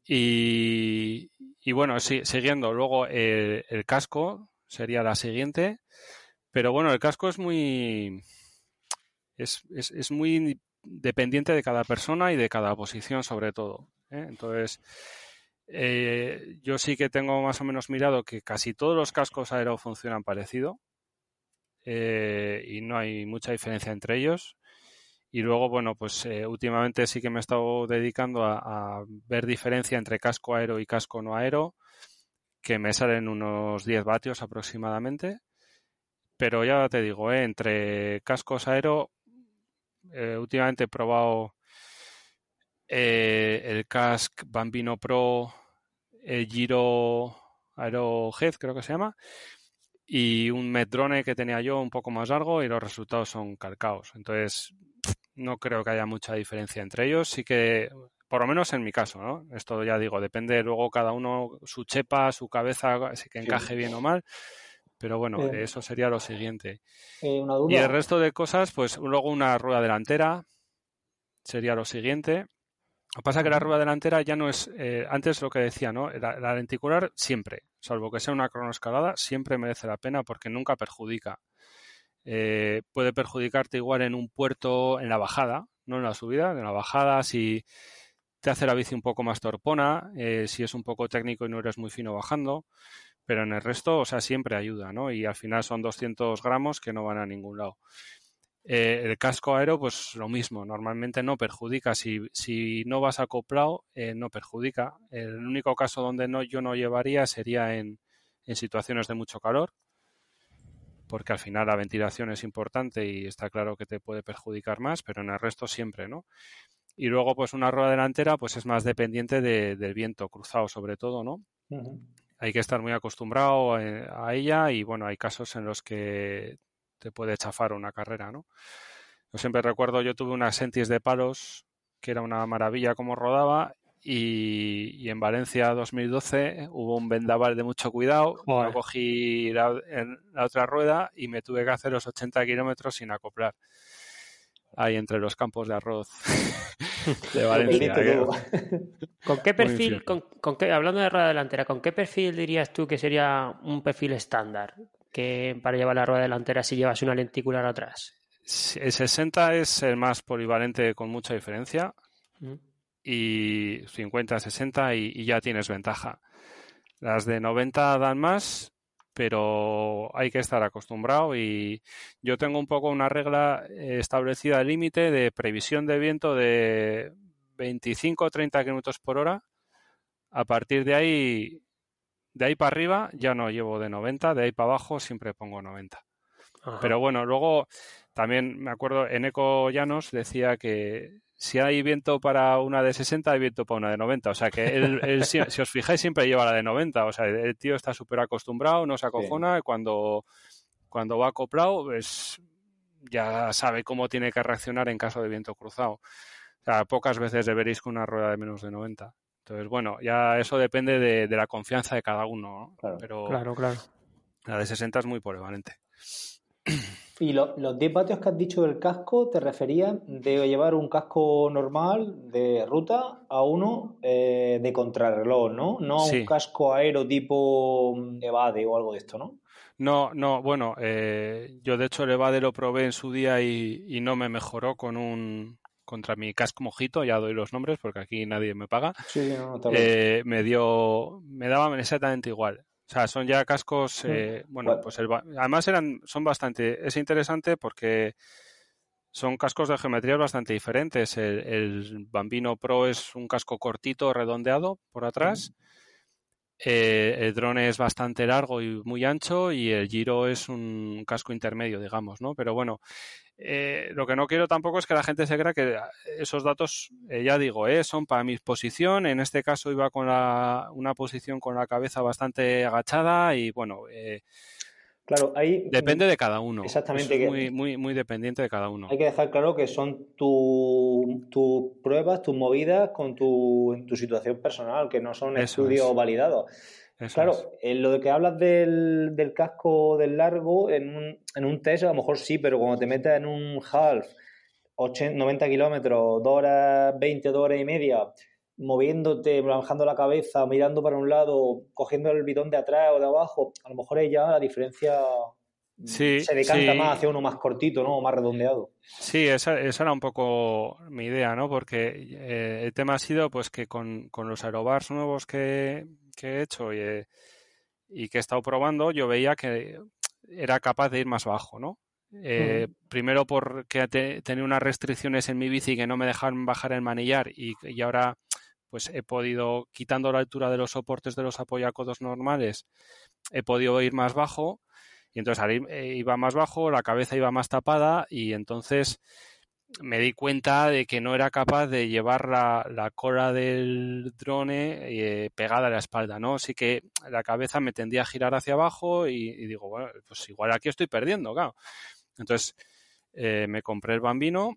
Y, y bueno, sí, siguiendo, luego el, el casco sería la siguiente, pero bueno, el casco es muy, es, es, es muy dependiente de cada persona y de cada posición sobre todo, ¿eh? Entonces, eh, yo sí que tengo más o menos mirado que casi todos los cascos aero funcionan parecido eh, y no hay mucha diferencia entre ellos. Y luego, bueno, pues eh, últimamente sí que me he estado dedicando a, a ver diferencia entre casco aero y casco no aero, que me salen unos diez vatios aproximadamente. Pero ya te digo, eh, entre cascos aero, eh, últimamente he probado eh, el Cask Bambino Pro, el Giro Aerohead, creo que se llama, y un Medrone que tenía yo un poco más largo y los resultados son calcaos. Entonces, no creo que haya mucha diferencia entre ellos. Sí que, por lo menos en mi caso, ¿no? Esto ya digo, depende luego cada uno, su chepa, su cabeza, así que encaje Sí. bien o mal. Pero bueno, Eh, eso sería lo siguiente. eh, una Y el duda. resto de cosas, pues luego una rueda delantera sería lo siguiente. Lo que pasa es que la rueda delantera ya no es, eh, antes lo que decía, ¿no? La, la lenticular siempre, salvo que sea una cronoescalada, siempre merece la pena porque nunca perjudica. Eh, puede perjudicarte igual en un puerto, en la bajada, no en la subida, en la bajada, si te hace la bici un poco más torpona, eh, si es un poco técnico y no eres muy fino bajando, pero en el resto, o sea, siempre ayuda, ¿no? Y al final son doscientos gramos que no van a ningún lado. Eh, el casco aero, pues lo mismo, normalmente no perjudica. Si, si no vas acoplado, eh, no perjudica. El único caso donde no, yo no llevaría sería en, en situaciones de mucho calor, porque al final la ventilación es importante y está claro que te puede perjudicar más, pero en el resto siempre, ¿no? Y luego, pues una rueda delantera, pues es más dependiente de, del viento cruzado, sobre todo, ¿no? Uh-huh. Hay que estar muy acostumbrado a, a ella y, bueno, hay casos en los que te puede chafar una carrera, ¿no? Yo siempre recuerdo, yo tuve una Sentis de palos, que era una maravilla como rodaba, y, y en Valencia dos mil doce hubo un vendaval de mucho cuidado, Joder. no cogí la, en la otra rueda y me tuve que hacer los ochenta kilómetros sin acoplar, ahí entre los campos de arroz de Lo Valencia. perdiste que- todo. ¿Con qué Un perfil, infierno. con, con qué, hablando de rueda delantera, ¿con qué perfil dirías tú que sería un perfil estándar que para llevar la rueda delantera si llevas una lenticular atrás? El sesenta es el más polivalente con mucha diferencia. ¿Mm? Y cincuenta, sesenta y, y ya tienes ventaja. Las de noventa dan más, pero hay que estar acostumbrado y yo tengo un poco una regla eh, establecida de límite de previsión de viento de veinticinco o treinta kilómetros por hora. A partir de ahí de ahí para arriba ya no llevo de noventa, de ahí para abajo siempre pongo noventa. Ajá. Pero bueno, luego también me acuerdo, Eneco Llanos decía que si hay viento para una de sesenta, hay viento para una de noventa. O sea que él, él si, si os fijáis, siempre lleva la de noventa. O sea, el tío está súper acostumbrado, no se acojona, sí. y cuando, cuando va acoplado, pues ya sabe cómo tiene que reaccionar en caso de viento cruzado. O sea, pocas veces veréis con una rueda de menos de noventa. Entonces, bueno, ya eso depende de, de la confianza de cada uno, ¿no? Claro, pero claro, claro. La de sesenta es muy polivalente. ¿Y lo, los diez vatios que has dicho del casco te referían de llevar un casco normal de ruta a uno eh, de contrarreloj, ¿no? No Sí. un casco aero tipo Evade o algo de esto, ¿no? No, no, bueno, eh, yo de hecho el Evade lo probé en su día y, y no me mejoró con un contra mi casco mojito, ya doy los nombres porque aquí nadie me paga. Sí, no, no te eh, me dio, me daban exactamente igual. O sea, son ya cascos, eh, bueno, bueno. pues el, además eran, son bastante, es interesante porque son cascos de geometrías bastante diferentes. El, el Bambino Pro es un casco cortito, redondeado por atrás. Uh-huh. Eh, el drone es bastante largo y muy ancho y el Giro es un casco intermedio, digamos, ¿no? Pero bueno, eh, lo que no quiero tampoco es que la gente se crea que esos datos, eh, ya digo, eh, son para mi posición. En este caso iba con la, una posición con la cabeza bastante agachada y bueno, eh, claro, ahí depende de cada uno. Exactamente. Eso es muy, muy, muy dependiente de cada uno. Hay que dejar claro que son tus tu pruebas, tus movidas con tu, en tu situación personal, que no son Eso estudios es. validados. Eso claro, es. en lo de que hablas del, del casco del largo, en un, en un test a lo mejor sí, pero cuando te metes en un half, ochenta, noventa kilómetros, dos horas veinte, dos horas y media, moviéndote, bajando la cabeza, mirando para un lado, cogiendo el bidón de atrás o de abajo, a lo mejor es ya la diferencia... Sí, se decanta sí. más hacia uno más cortito, ¿no? O más redondeado. Sí, esa, esa era un poco mi idea, ¿no? Porque eh, el tema ha sido pues que con, con los aerobars nuevos que, que he hecho y, eh, y que he estado probando, yo veía que era capaz de ir más bajo, ¿no? Eh, uh-huh. Primero porque te, tenía unas restricciones en mi bici que no me dejaban bajar el manillar y, y ahora pues he podido, quitando la altura de los soportes de los apoyacodos normales, he podido ir más bajo. Y entonces al ir, eh, iba más bajo, la cabeza iba más tapada y entonces me di cuenta de que no era capaz de llevar la, la cola del drone eh, pegada a la espalda, ¿no? Así que la cabeza me tendía a girar hacia abajo y, y digo, bueno, pues igual aquí estoy perdiendo, claro. Entonces eh, me compré el Bambino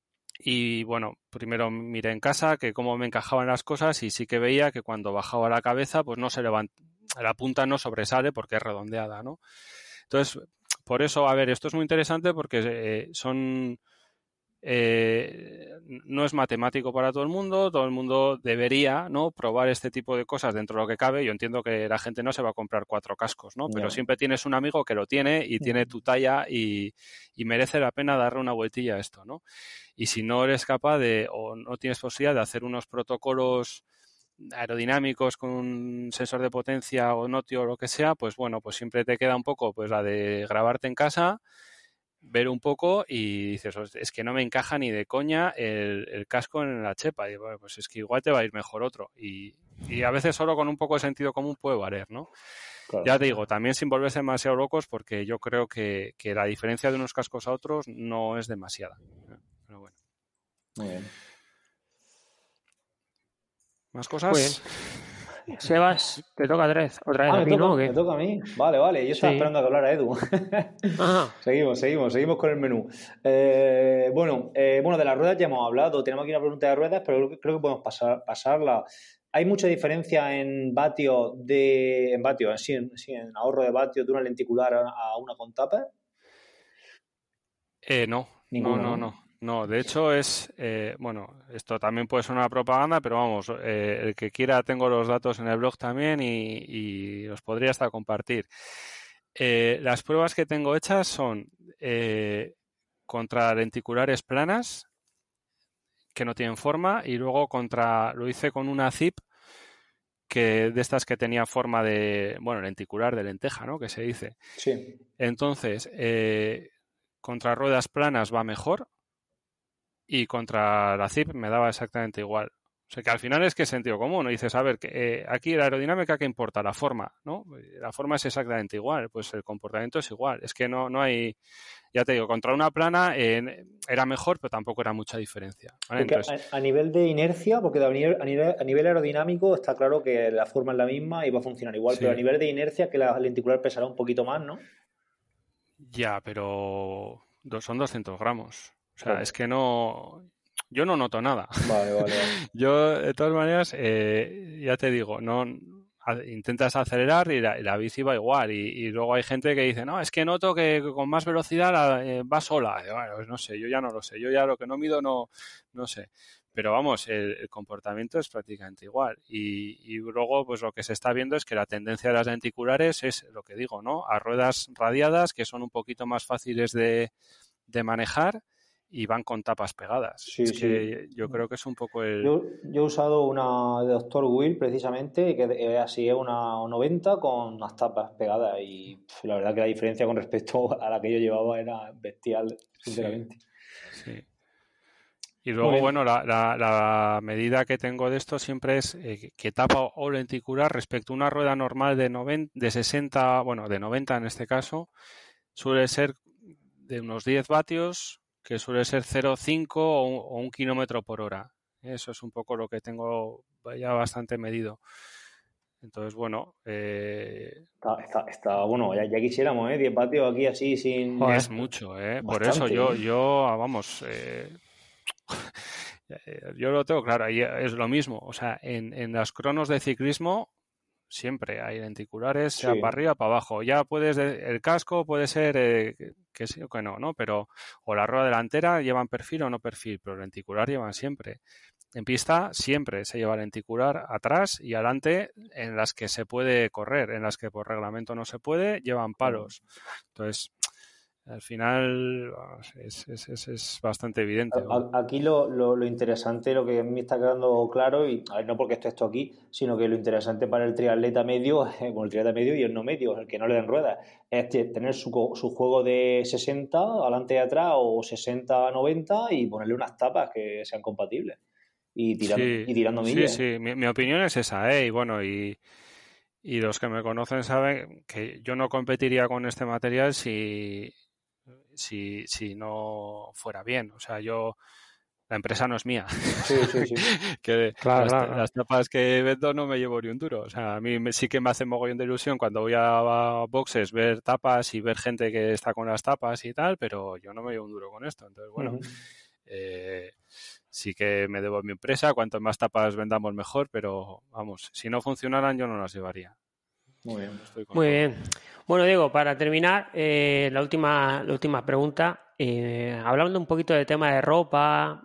y bueno, primero miré en casa que cómo me encajaban las cosas y sí que veía que cuando bajaba la cabeza pues no se levanta, la punta no sobresale porque es redondeada, ¿no? Entonces, por eso, a ver, esto es muy interesante porque eh, son... Eh, no es matemático para todo el mundo, todo el mundo debería, ¿no?, probar este tipo de cosas dentro de lo que cabe. Yo entiendo que la gente no se va a comprar cuatro cascos, ¿no? Pero no. Siempre tienes un amigo que lo tiene y tiene tu talla y, y merece la pena darle una vueltilla a esto, ¿no? Y si no eres capaz de, o no tienes posibilidad de hacer unos protocolos aerodinámicos con un sensor de potencia o notio o lo que sea, pues bueno, pues siempre te queda un poco pues la de grabarte en casa, ver un poco y dices, es que no me encaja ni de coña el, el casco en la chepa. Y bueno, pues es que igual te va a ir mejor otro. Y, y a veces solo con un poco de sentido común puede valer, ¿no? Claro. Ya te digo, también sin volverse demasiado locos porque yo creo que, que la diferencia de unos cascos a otros no es demasiada. Pero bueno. Muy bien. ¿Más cosas? Muy bien. Sebas, te toca tres. ¿Otra vez ah, a me ti, toca, no? ¿O me toca a mí. Vale, vale. Yo estaba sí. esperando a que hablara Edu. Ajá. Seguimos, seguimos, seguimos con el menú. Eh, bueno, eh, bueno, de las ruedas ya hemos hablado. Tenemos aquí una pregunta de ruedas, pero creo que podemos pasar, pasarla. ¿Hay mucha diferencia en vatios de. En vatios, sí, en, sí, en ahorro de vatios de una lenticular a, a una con tapa? Eh, no. Ninguno, no, no, no. No, de hecho es, eh, bueno, esto también puede ser una propaganda, pero vamos, eh, el que quiera tengo los datos en el blog también y, y los podría hasta compartir. Eh, las pruebas que tengo hechas son eh, contra lenticulares planas que no tienen forma y luego contra, lo hice con una zip que de estas que tenía forma de, bueno, lenticular de lenteja, ¿no? Que se dice. Sí. Entonces, eh, contra ruedas planas va mejor. Y contra la zip me daba exactamente igual. O sea, que al final es que es sentido común, ¿no? Dices, a ver, que, eh, aquí la aerodinámica, ¿qué importa? La forma, ¿no? La forma es exactamente igual, pues el comportamiento es igual. Es que no, no hay, ya te digo, contra una plana eh, era mejor, pero tampoco era mucha diferencia, ¿vale? Porque Entonces, a, a nivel de inercia, porque a nivel, a, nivel, a nivel aerodinámico está claro que la forma es la misma y va a funcionar igual, pero a sí, nivel de inercia que la lenticular pesará un poquito más, ¿no? ya, pero do- son doscientos gramos. O sea, Claro. es que no, yo no noto nada. Vale, vale, vale. Yo, de todas maneras, eh, ya te digo, no a- intentas acelerar y la, y la bici va igual. Y, y luego hay gente que dice, no, es que noto que con más velocidad la- eh, va sola. Y bueno, pues no sé, yo ya no lo sé. Yo ya lo que no mido no, no sé. Pero vamos, el, el comportamiento es prácticamente igual. Y, y luego, pues lo que se está viendo es que la tendencia de las lenticulares es lo que digo, ¿no? A ruedas radiadas que son un poquito más fáciles de, de manejar y van con tapas pegadas. Sí, Es sí. que yo creo que es un poco el... Yo, yo he usado una de doctor Will precisamente, que es así, es una noventa con unas tapas pegadas y pf, la verdad que la diferencia con respecto a la que yo llevaba era bestial, Sí, sinceramente. sí. Y Muy luego, bien. bueno, la, la, la medida que tengo de esto siempre es eh, que tapa o lenticular respecto a una rueda normal de, noventa, de sesenta, bueno, de noventa en este caso, suele ser de unos diez vatios, que suele ser cero coma cinco o, un- o un kilómetro por hora. Eso es un poco lo que tengo ya bastante medido. Entonces, bueno, eh, Está, está, está- bueno, ya, ya quisiéramos, ¿eh? diez vatios aquí así sin... Joder. es mucho, ¿eh? Por eso Bastante, yo, ¿eh? yo, vamos, eh, yo lo tengo claro, y es lo mismo. O sea, en, en las cronos de ciclismo siempre hay lenticulares, sea para Sí. arriba, para abajo. Ya puedes, el casco puede ser eh, que sí o que no, ¿no? Pero, o la rueda delantera llevan perfil o no perfil, pero lenticular llevan siempre. En pista siempre se lleva lenticular atrás y adelante en las que se puede correr, en las que por reglamento no se puede, llevan Claro. palos. Entonces, al final es, es, es, es bastante evidente. A- a- Aquí lo, lo- lo interesante, lo que a mí me está quedando claro, y a ver, no porque esté esto aquí, sino que lo interesante para el triatleta medio, bueno, el triatleta medio y el no medio, el que no le den ruedas, es te- tener su, co- su juego de sesenta adelante y atrás o sesenta a noventa y ponerle unas tapas que sean compatibles y tirando, Sí, y tirando sí, millas. sí. Mi, mi opinión es esa, ¿eh? Y bueno, y, y los que me conocen saben que yo no competiría con este material si, si, si no fuera bien. O sea, yo, la empresa no es mía. Sí, sí, sí. Que Claro, las, claro, claro. las tapas que vendo no me llevo ni un duro. O sea, a mí me- sí que me hace mogollón de ilusión cuando voy a boxes ver tapas y ver gente que está con las tapas y tal, pero yo no me llevo un duro con esto. Entonces, bueno, Ujú. eh, sí que me debo a mi empresa. Cuanto más tapas vendamos, mejor, pero vamos, si no funcionaran, yo no las llevaría. Muy bien. Estoy con Muy todo. bien. Bueno, Diego, para terminar, eh, la última, la última pregunta. Eh, hablando un poquito del tema de ropa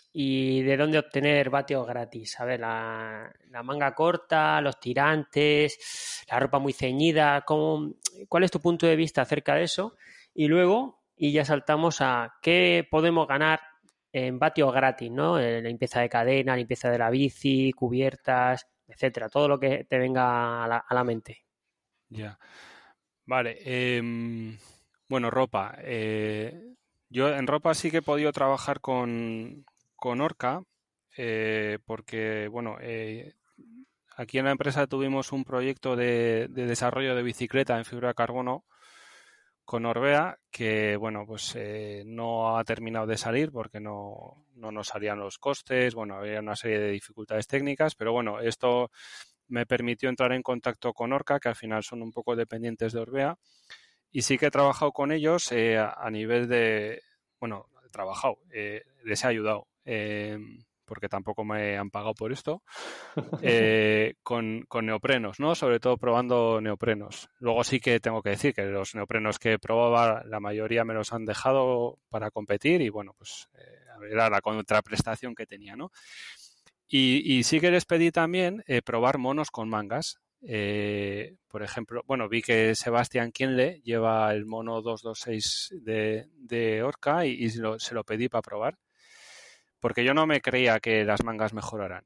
y de dónde obtener vatios gratis. A ver, la, la manga corta, los tirantes, la ropa muy ceñida. ¿cómo- ¿Cuál es tu punto de vista acerca de eso? Y luego, y ya saltamos a qué podemos ganar en vatios gratis, ¿no? Eh, limpieza de cadena, limpieza de la bici, cubiertas, etcétera. Todo lo que te venga a la, a la mente. Ya. Vale. em, bueno, ropa. Eh, yo en ropa sí que he podido trabajar con, con Orca, eh, porque, bueno, eh, aquí en la empresa tuvimos un proyecto de, de desarrollo de bicicleta en fibra de carbono con Orbea que, bueno, pues eh, no ha terminado de salir porque no, no nos salían los costes, bueno, había una serie de dificultades técnicas, pero bueno, esto me permitió entrar en contacto con Orca, que al final son un poco dependientes de Orbea, y sí que he trabajado con ellos eh, a, a nivel de, bueno, he trabajado, eh, les he ayudado, eh, porque tampoco me han pagado por esto, eh, con, con neoprenos, ¿no? Sobre todo probando neoprenos. Luego sí que tengo que decir que los neoprenos que probaba, la mayoría me los han dejado para competir y bueno, pues eh, era la contraprestación que tenía, ¿no? Y, y sí que les pedí también eh, probar monos con mangas. Eh, por ejemplo, bueno, vi que Sebastián Kienle lleva el mono doscientos veintiséis de, de Orca y, y se, lo, se lo pedí para probar, porque yo no me creía que las mangas mejoraran.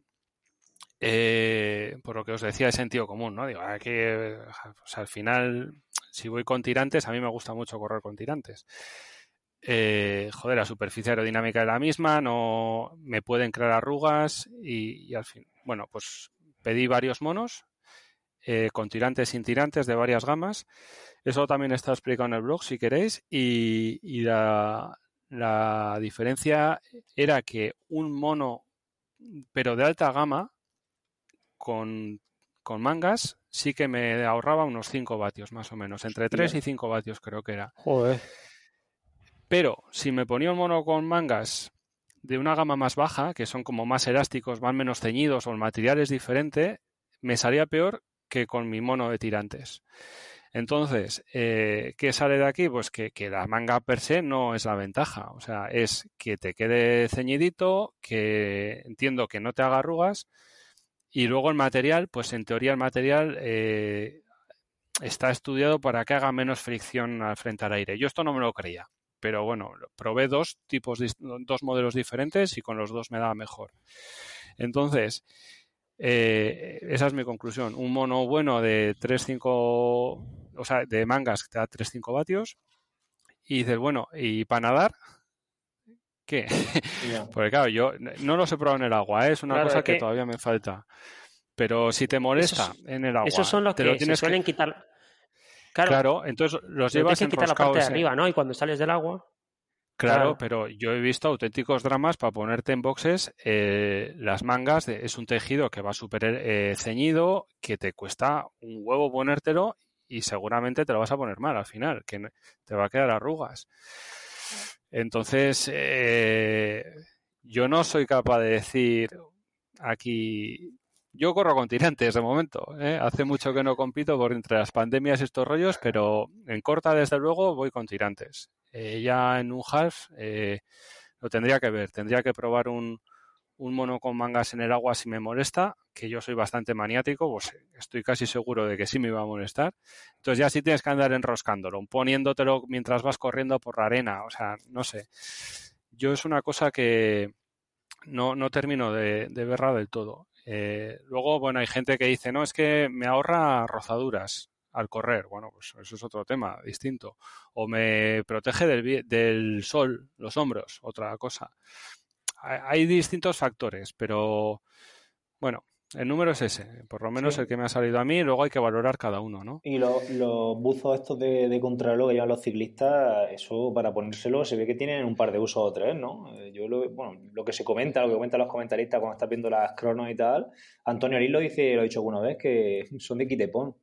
Eh, por lo que os decía, de sentido común, ¿no? Digo, aquí, pues al final, si voy con tirantes, a mí me gusta mucho correr con tirantes. eh, joder, la superficie aerodinámica es la misma, no me pueden crear arrugas y, y al fin, bueno, pues pedí varios monos eh, con tirantes, sin tirantes, de varias gamas. Eso también está explicado en el blog si queréis y, y la, la diferencia era que un mono, pero de alta gama, con, con mangas, sí que me ahorraba unos cinco vatios más o menos, entre tres y cinco vatios creo que era. Joder. Pero si me ponía un mono con mangas de una gama más baja, que son como más elásticos, van menos ceñidos o el material es diferente, me salía peor que con mi mono de tirantes. Entonces, eh, ¿qué sale de aquí? Pues que, que la manga per se no es la ventaja. O sea, es que te quede ceñidito, que entiendo que no te haga arrugas. Y luego el material, pues en teoría el material eh, está estudiado para que haga menos fricción al frente al aire. Yo esto no me lo creía. Pero bueno, probé dos tipos, dos modelos diferentes y con los dos me daba mejor. Entonces, eh, esa es mi conclusión. Un mono bueno de tres cinco, o sea, de mangas que te da tres cinco vatios. Y dices, bueno, ¿y para nadar? ¿Qué? Yeah. Porque claro, yo no los he probado en el agua, ¿eh? Es una claro, cosa es que... que todavía me falta. Pero si te molesta esos, en el agua, esos son los te que lo tienes se suelen que... quitar. Claro, claro, entonces los llevas tienes que quitar la parte de en... arriba, ¿no? Y cuando sales del agua. Claro, claro, pero yo he visto auténticos dramas para ponerte en boxes eh, las mangas. De, es un tejido que va súper eh, ceñido, que te cuesta un huevo ponértelo y seguramente te lo vas a poner mal al final, que te va a quedar arrugas. Entonces, eh, yo no soy capaz de decir aquí... Yo corro con tirantes de momento, ¿eh? Hace mucho que no compito por entre las pandemias y estos rollos, pero en corta, desde luego, voy con tirantes. Eh, ya en un half eh, lo tendría que ver, tendría que probar un, un mono con mangas en el agua si me molesta, que yo soy bastante maniático, pues estoy casi seguro de que sí me iba a molestar. Entonces ya sí tienes que andar enroscándolo, poniéndotelo mientras vas corriendo por la arena, o sea, no sé. Yo es una cosa que no, no termino de, de verla del todo. Eh, luego, bueno, hay gente que dice, no, es que me ahorra rozaduras al correr. Bueno, pues eso es otro tema distinto. O me protege del, del sol, los hombros, otra cosa. Hay, hay distintos factores, pero bueno, el número es ese, por lo menos sí. El que me ha salido a mí, y luego hay que valorar cada uno, ¿no? Y los, los buzos estos de, de contrarreloj que llevan los ciclistas, eso para ponérselo se ve que tienen un par de usos o tres, ¿no? Yo lo, bueno, lo que se comenta, lo que comentan los comentaristas cuando estás viendo las cronos y tal, Antonio Arís lo dice, lo ha dicho alguna vez, que son de quitepón.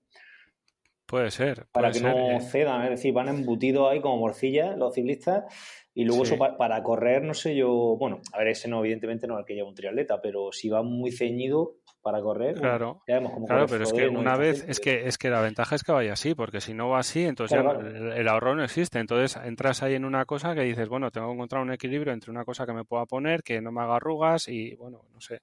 Puede ser. Para puede que ser, no eh. cedan, es decir, van embutidos ahí como morcillas los ciclistas y luego sí. Eso para, para correr, no sé yo, bueno, a ver, ese no, evidentemente no es el que lleva un triatleta, pero si va muy ceñido para correr, claro, bueno, ya vemos cómo claro, corre pero es que una vez, es que es que la ventaja es que vaya así, porque si no va así, entonces claro, ya claro. El, el ahorro no existe, entonces entras ahí en una cosa que dices, bueno, tengo que encontrar un equilibrio entre una cosa que me pueda poner, que no me haga arrugas y, bueno, no sé,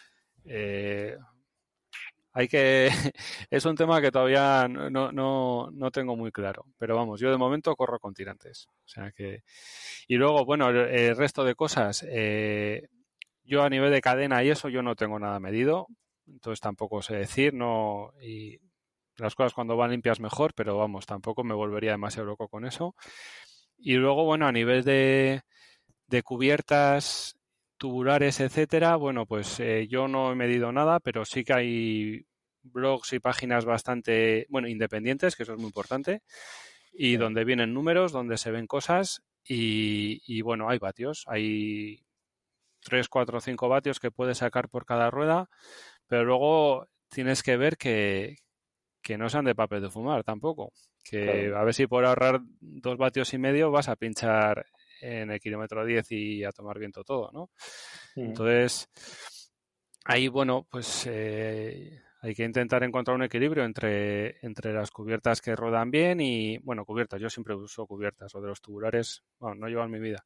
eh, hay que, es un tema que todavía no, no, no tengo muy claro, pero vamos, yo de momento corro con tirantes, o sea que, y luego, bueno, el, el resto de cosas, eh, yo a nivel de cadena y eso yo no tengo nada medido, entonces tampoco sé decir, no, y las cosas cuando van limpias mejor, pero vamos, tampoco me volvería demasiado loco con eso. Y luego, bueno, a nivel de, de cubiertas, tubulares, etcétera, bueno, pues eh, yo no he medido nada, pero sí que hay blogs y páginas bastante, bueno, independientes, que eso es muy importante, y sí. Donde vienen números, donde se ven cosas y, y bueno, hay vatios, hay tres, cuatro, cinco vatios que puedes sacar por cada rueda, pero luego tienes que ver que, que no sean de papel de fumar tampoco. Que claro. A ver si por ahorrar dos vatios y medio vas a pinchar en el kilómetro diez y a tomar viento todo, ¿no? Mm. Entonces, ahí, bueno, pues eh, hay que intentar encontrar un equilibrio entre, entre las cubiertas que ruedan bien y, bueno, cubiertas, yo siempre uso cubiertas, o de los tubulares, bueno, no llevan mi vida.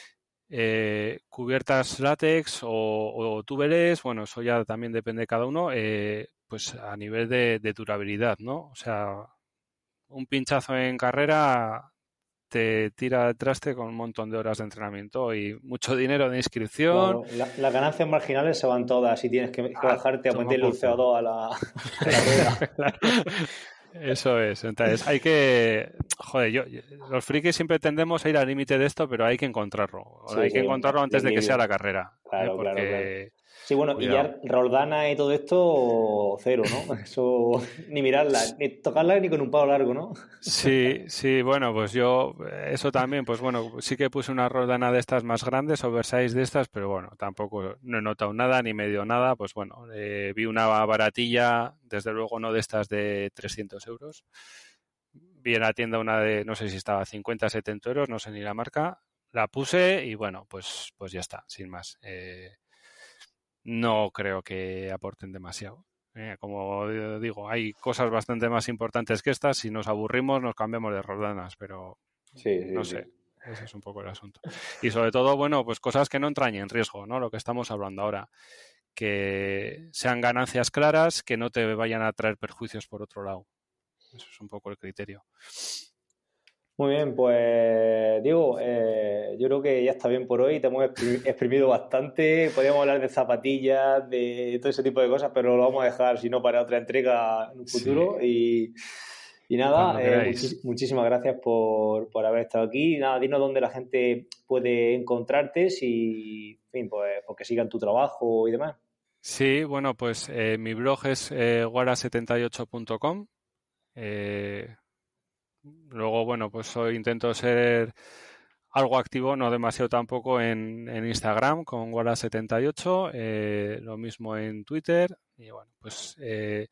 Eh, cubiertas látex o, o túbeles, bueno, eso ya también depende de cada uno, eh, pues a nivel de, de durabilidad, ¿no? O sea, un pinchazo en carrera te tira al traste con un montón de horas de entrenamiento y mucho dinero de inscripción. Claro, la, las ganancias marginales se van todas y tienes que, que bajarte a meterle un C O dos a la, a la rueda. Claro. Eso es. Entonces, hay que... Joder, yo, los frikis siempre tendemos a ir al límite de esto, pero hay que encontrarlo. Sí, hay sí, que encontrarlo antes de que sea la equilibrio. carrera. Claro, ¿eh? Porque... claro, claro. Sí, bueno, y Cuidado. ya Roldana y todo esto, cero, ¿no? Eso, ni mirarla, ni tocarla ni con un palo largo, ¿no? Sí, sí, bueno, pues yo, eso también, pues bueno, sí que puse una Roldana de estas más grandes, oversize de estas, pero bueno, tampoco no he notado nada, ni medio nada, pues bueno, eh, vi una baratilla, desde luego no de estas de trescientos euros, vi en la tienda una de, no sé si estaba cincuenta, setenta euros, no sé ni la marca, la puse y bueno, pues, pues ya está, sin más. Eh, no creo que aporten demasiado. Eh, como digo, hay cosas bastante más importantes que estas. Si nos aburrimos, nos cambiamos de Roldanas, pero Sí, sí, no sí. sé. Ese es un poco el asunto. Y sobre todo, bueno, pues cosas que no entrañen riesgo, ¿no? Lo que estamos hablando ahora. Que sean ganancias claras, que no te vayan a traer perjuicios por otro lado. Eso es un poco el criterio. Muy bien, pues Diego, eh, yo creo que ya está bien por hoy, te hemos exprim- exprimido bastante, podríamos hablar de zapatillas, de todo ese tipo de cosas, pero lo vamos a dejar, si no, para otra entrega en un futuro. Sí. Y, y nada, Cuando eh, queráis. muchis- muchísimas gracias por, por haber estado aquí. Y nada, dinos dónde la gente puede encontrarte, si, en fin, pues, porque sigan tu trabajo y demás. Sí, bueno, pues eh, mi blog es eh, guara setenta y ocho punto com. Eh, luego, bueno, pues soy, intento ser algo activo, no demasiado tampoco en, en Instagram con guara setenta y ocho, eh, lo mismo en Twitter. Y bueno, pues eh,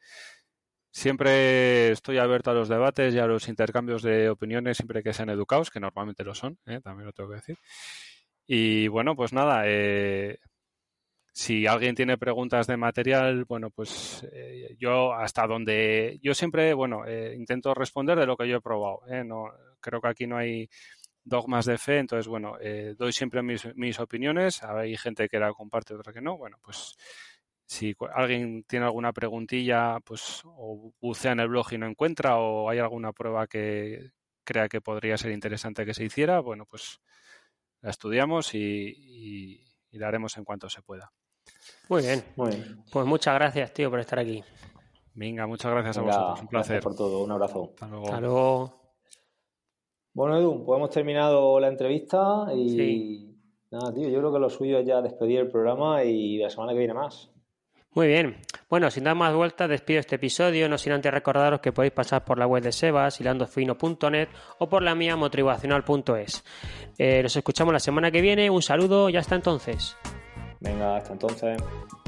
siempre estoy abierto a los debates y a los intercambios de opiniones, siempre que sean educados, que normalmente lo son, eh, también lo tengo que decir. Y bueno, pues nada, eh, si alguien tiene preguntas de material, bueno, pues eh, yo hasta donde yo siempre, bueno, eh, intento responder de lo que yo he probado. ¿eh? No, creo que aquí no hay dogmas de fe, entonces, bueno, eh, doy siempre mis, mis opiniones. Hay gente que la comparte, otra que no. Bueno, pues si alguien tiene alguna preguntilla, pues o bucea en el blog y no encuentra, o hay alguna prueba que crea que podría ser interesante que se hiciera, bueno, pues la estudiamos y, y, y la haremos en cuanto se pueda. Muy bien. Muy bien. Pues muchas gracias, tío, por estar aquí. Venga, muchas gracias Venga, a vosotros. Un placer. gracias por todo, un abrazo. Hasta luego. Hasta luego. Bueno, Edu, pues hemos terminado la entrevista y Sí. nada, tío, yo creo que lo suyo es ya despedir el programa y la semana que viene más. Muy bien. Bueno, sin dar más vueltas, despido este episodio, no sin antes recordaros que podéis pasar por la web de Sebas, hilandofino punto net o por la mía, motivacional punto es. Eh, nos escuchamos la semana que viene. Un saludo y hasta entonces. Venga, hasta entonces.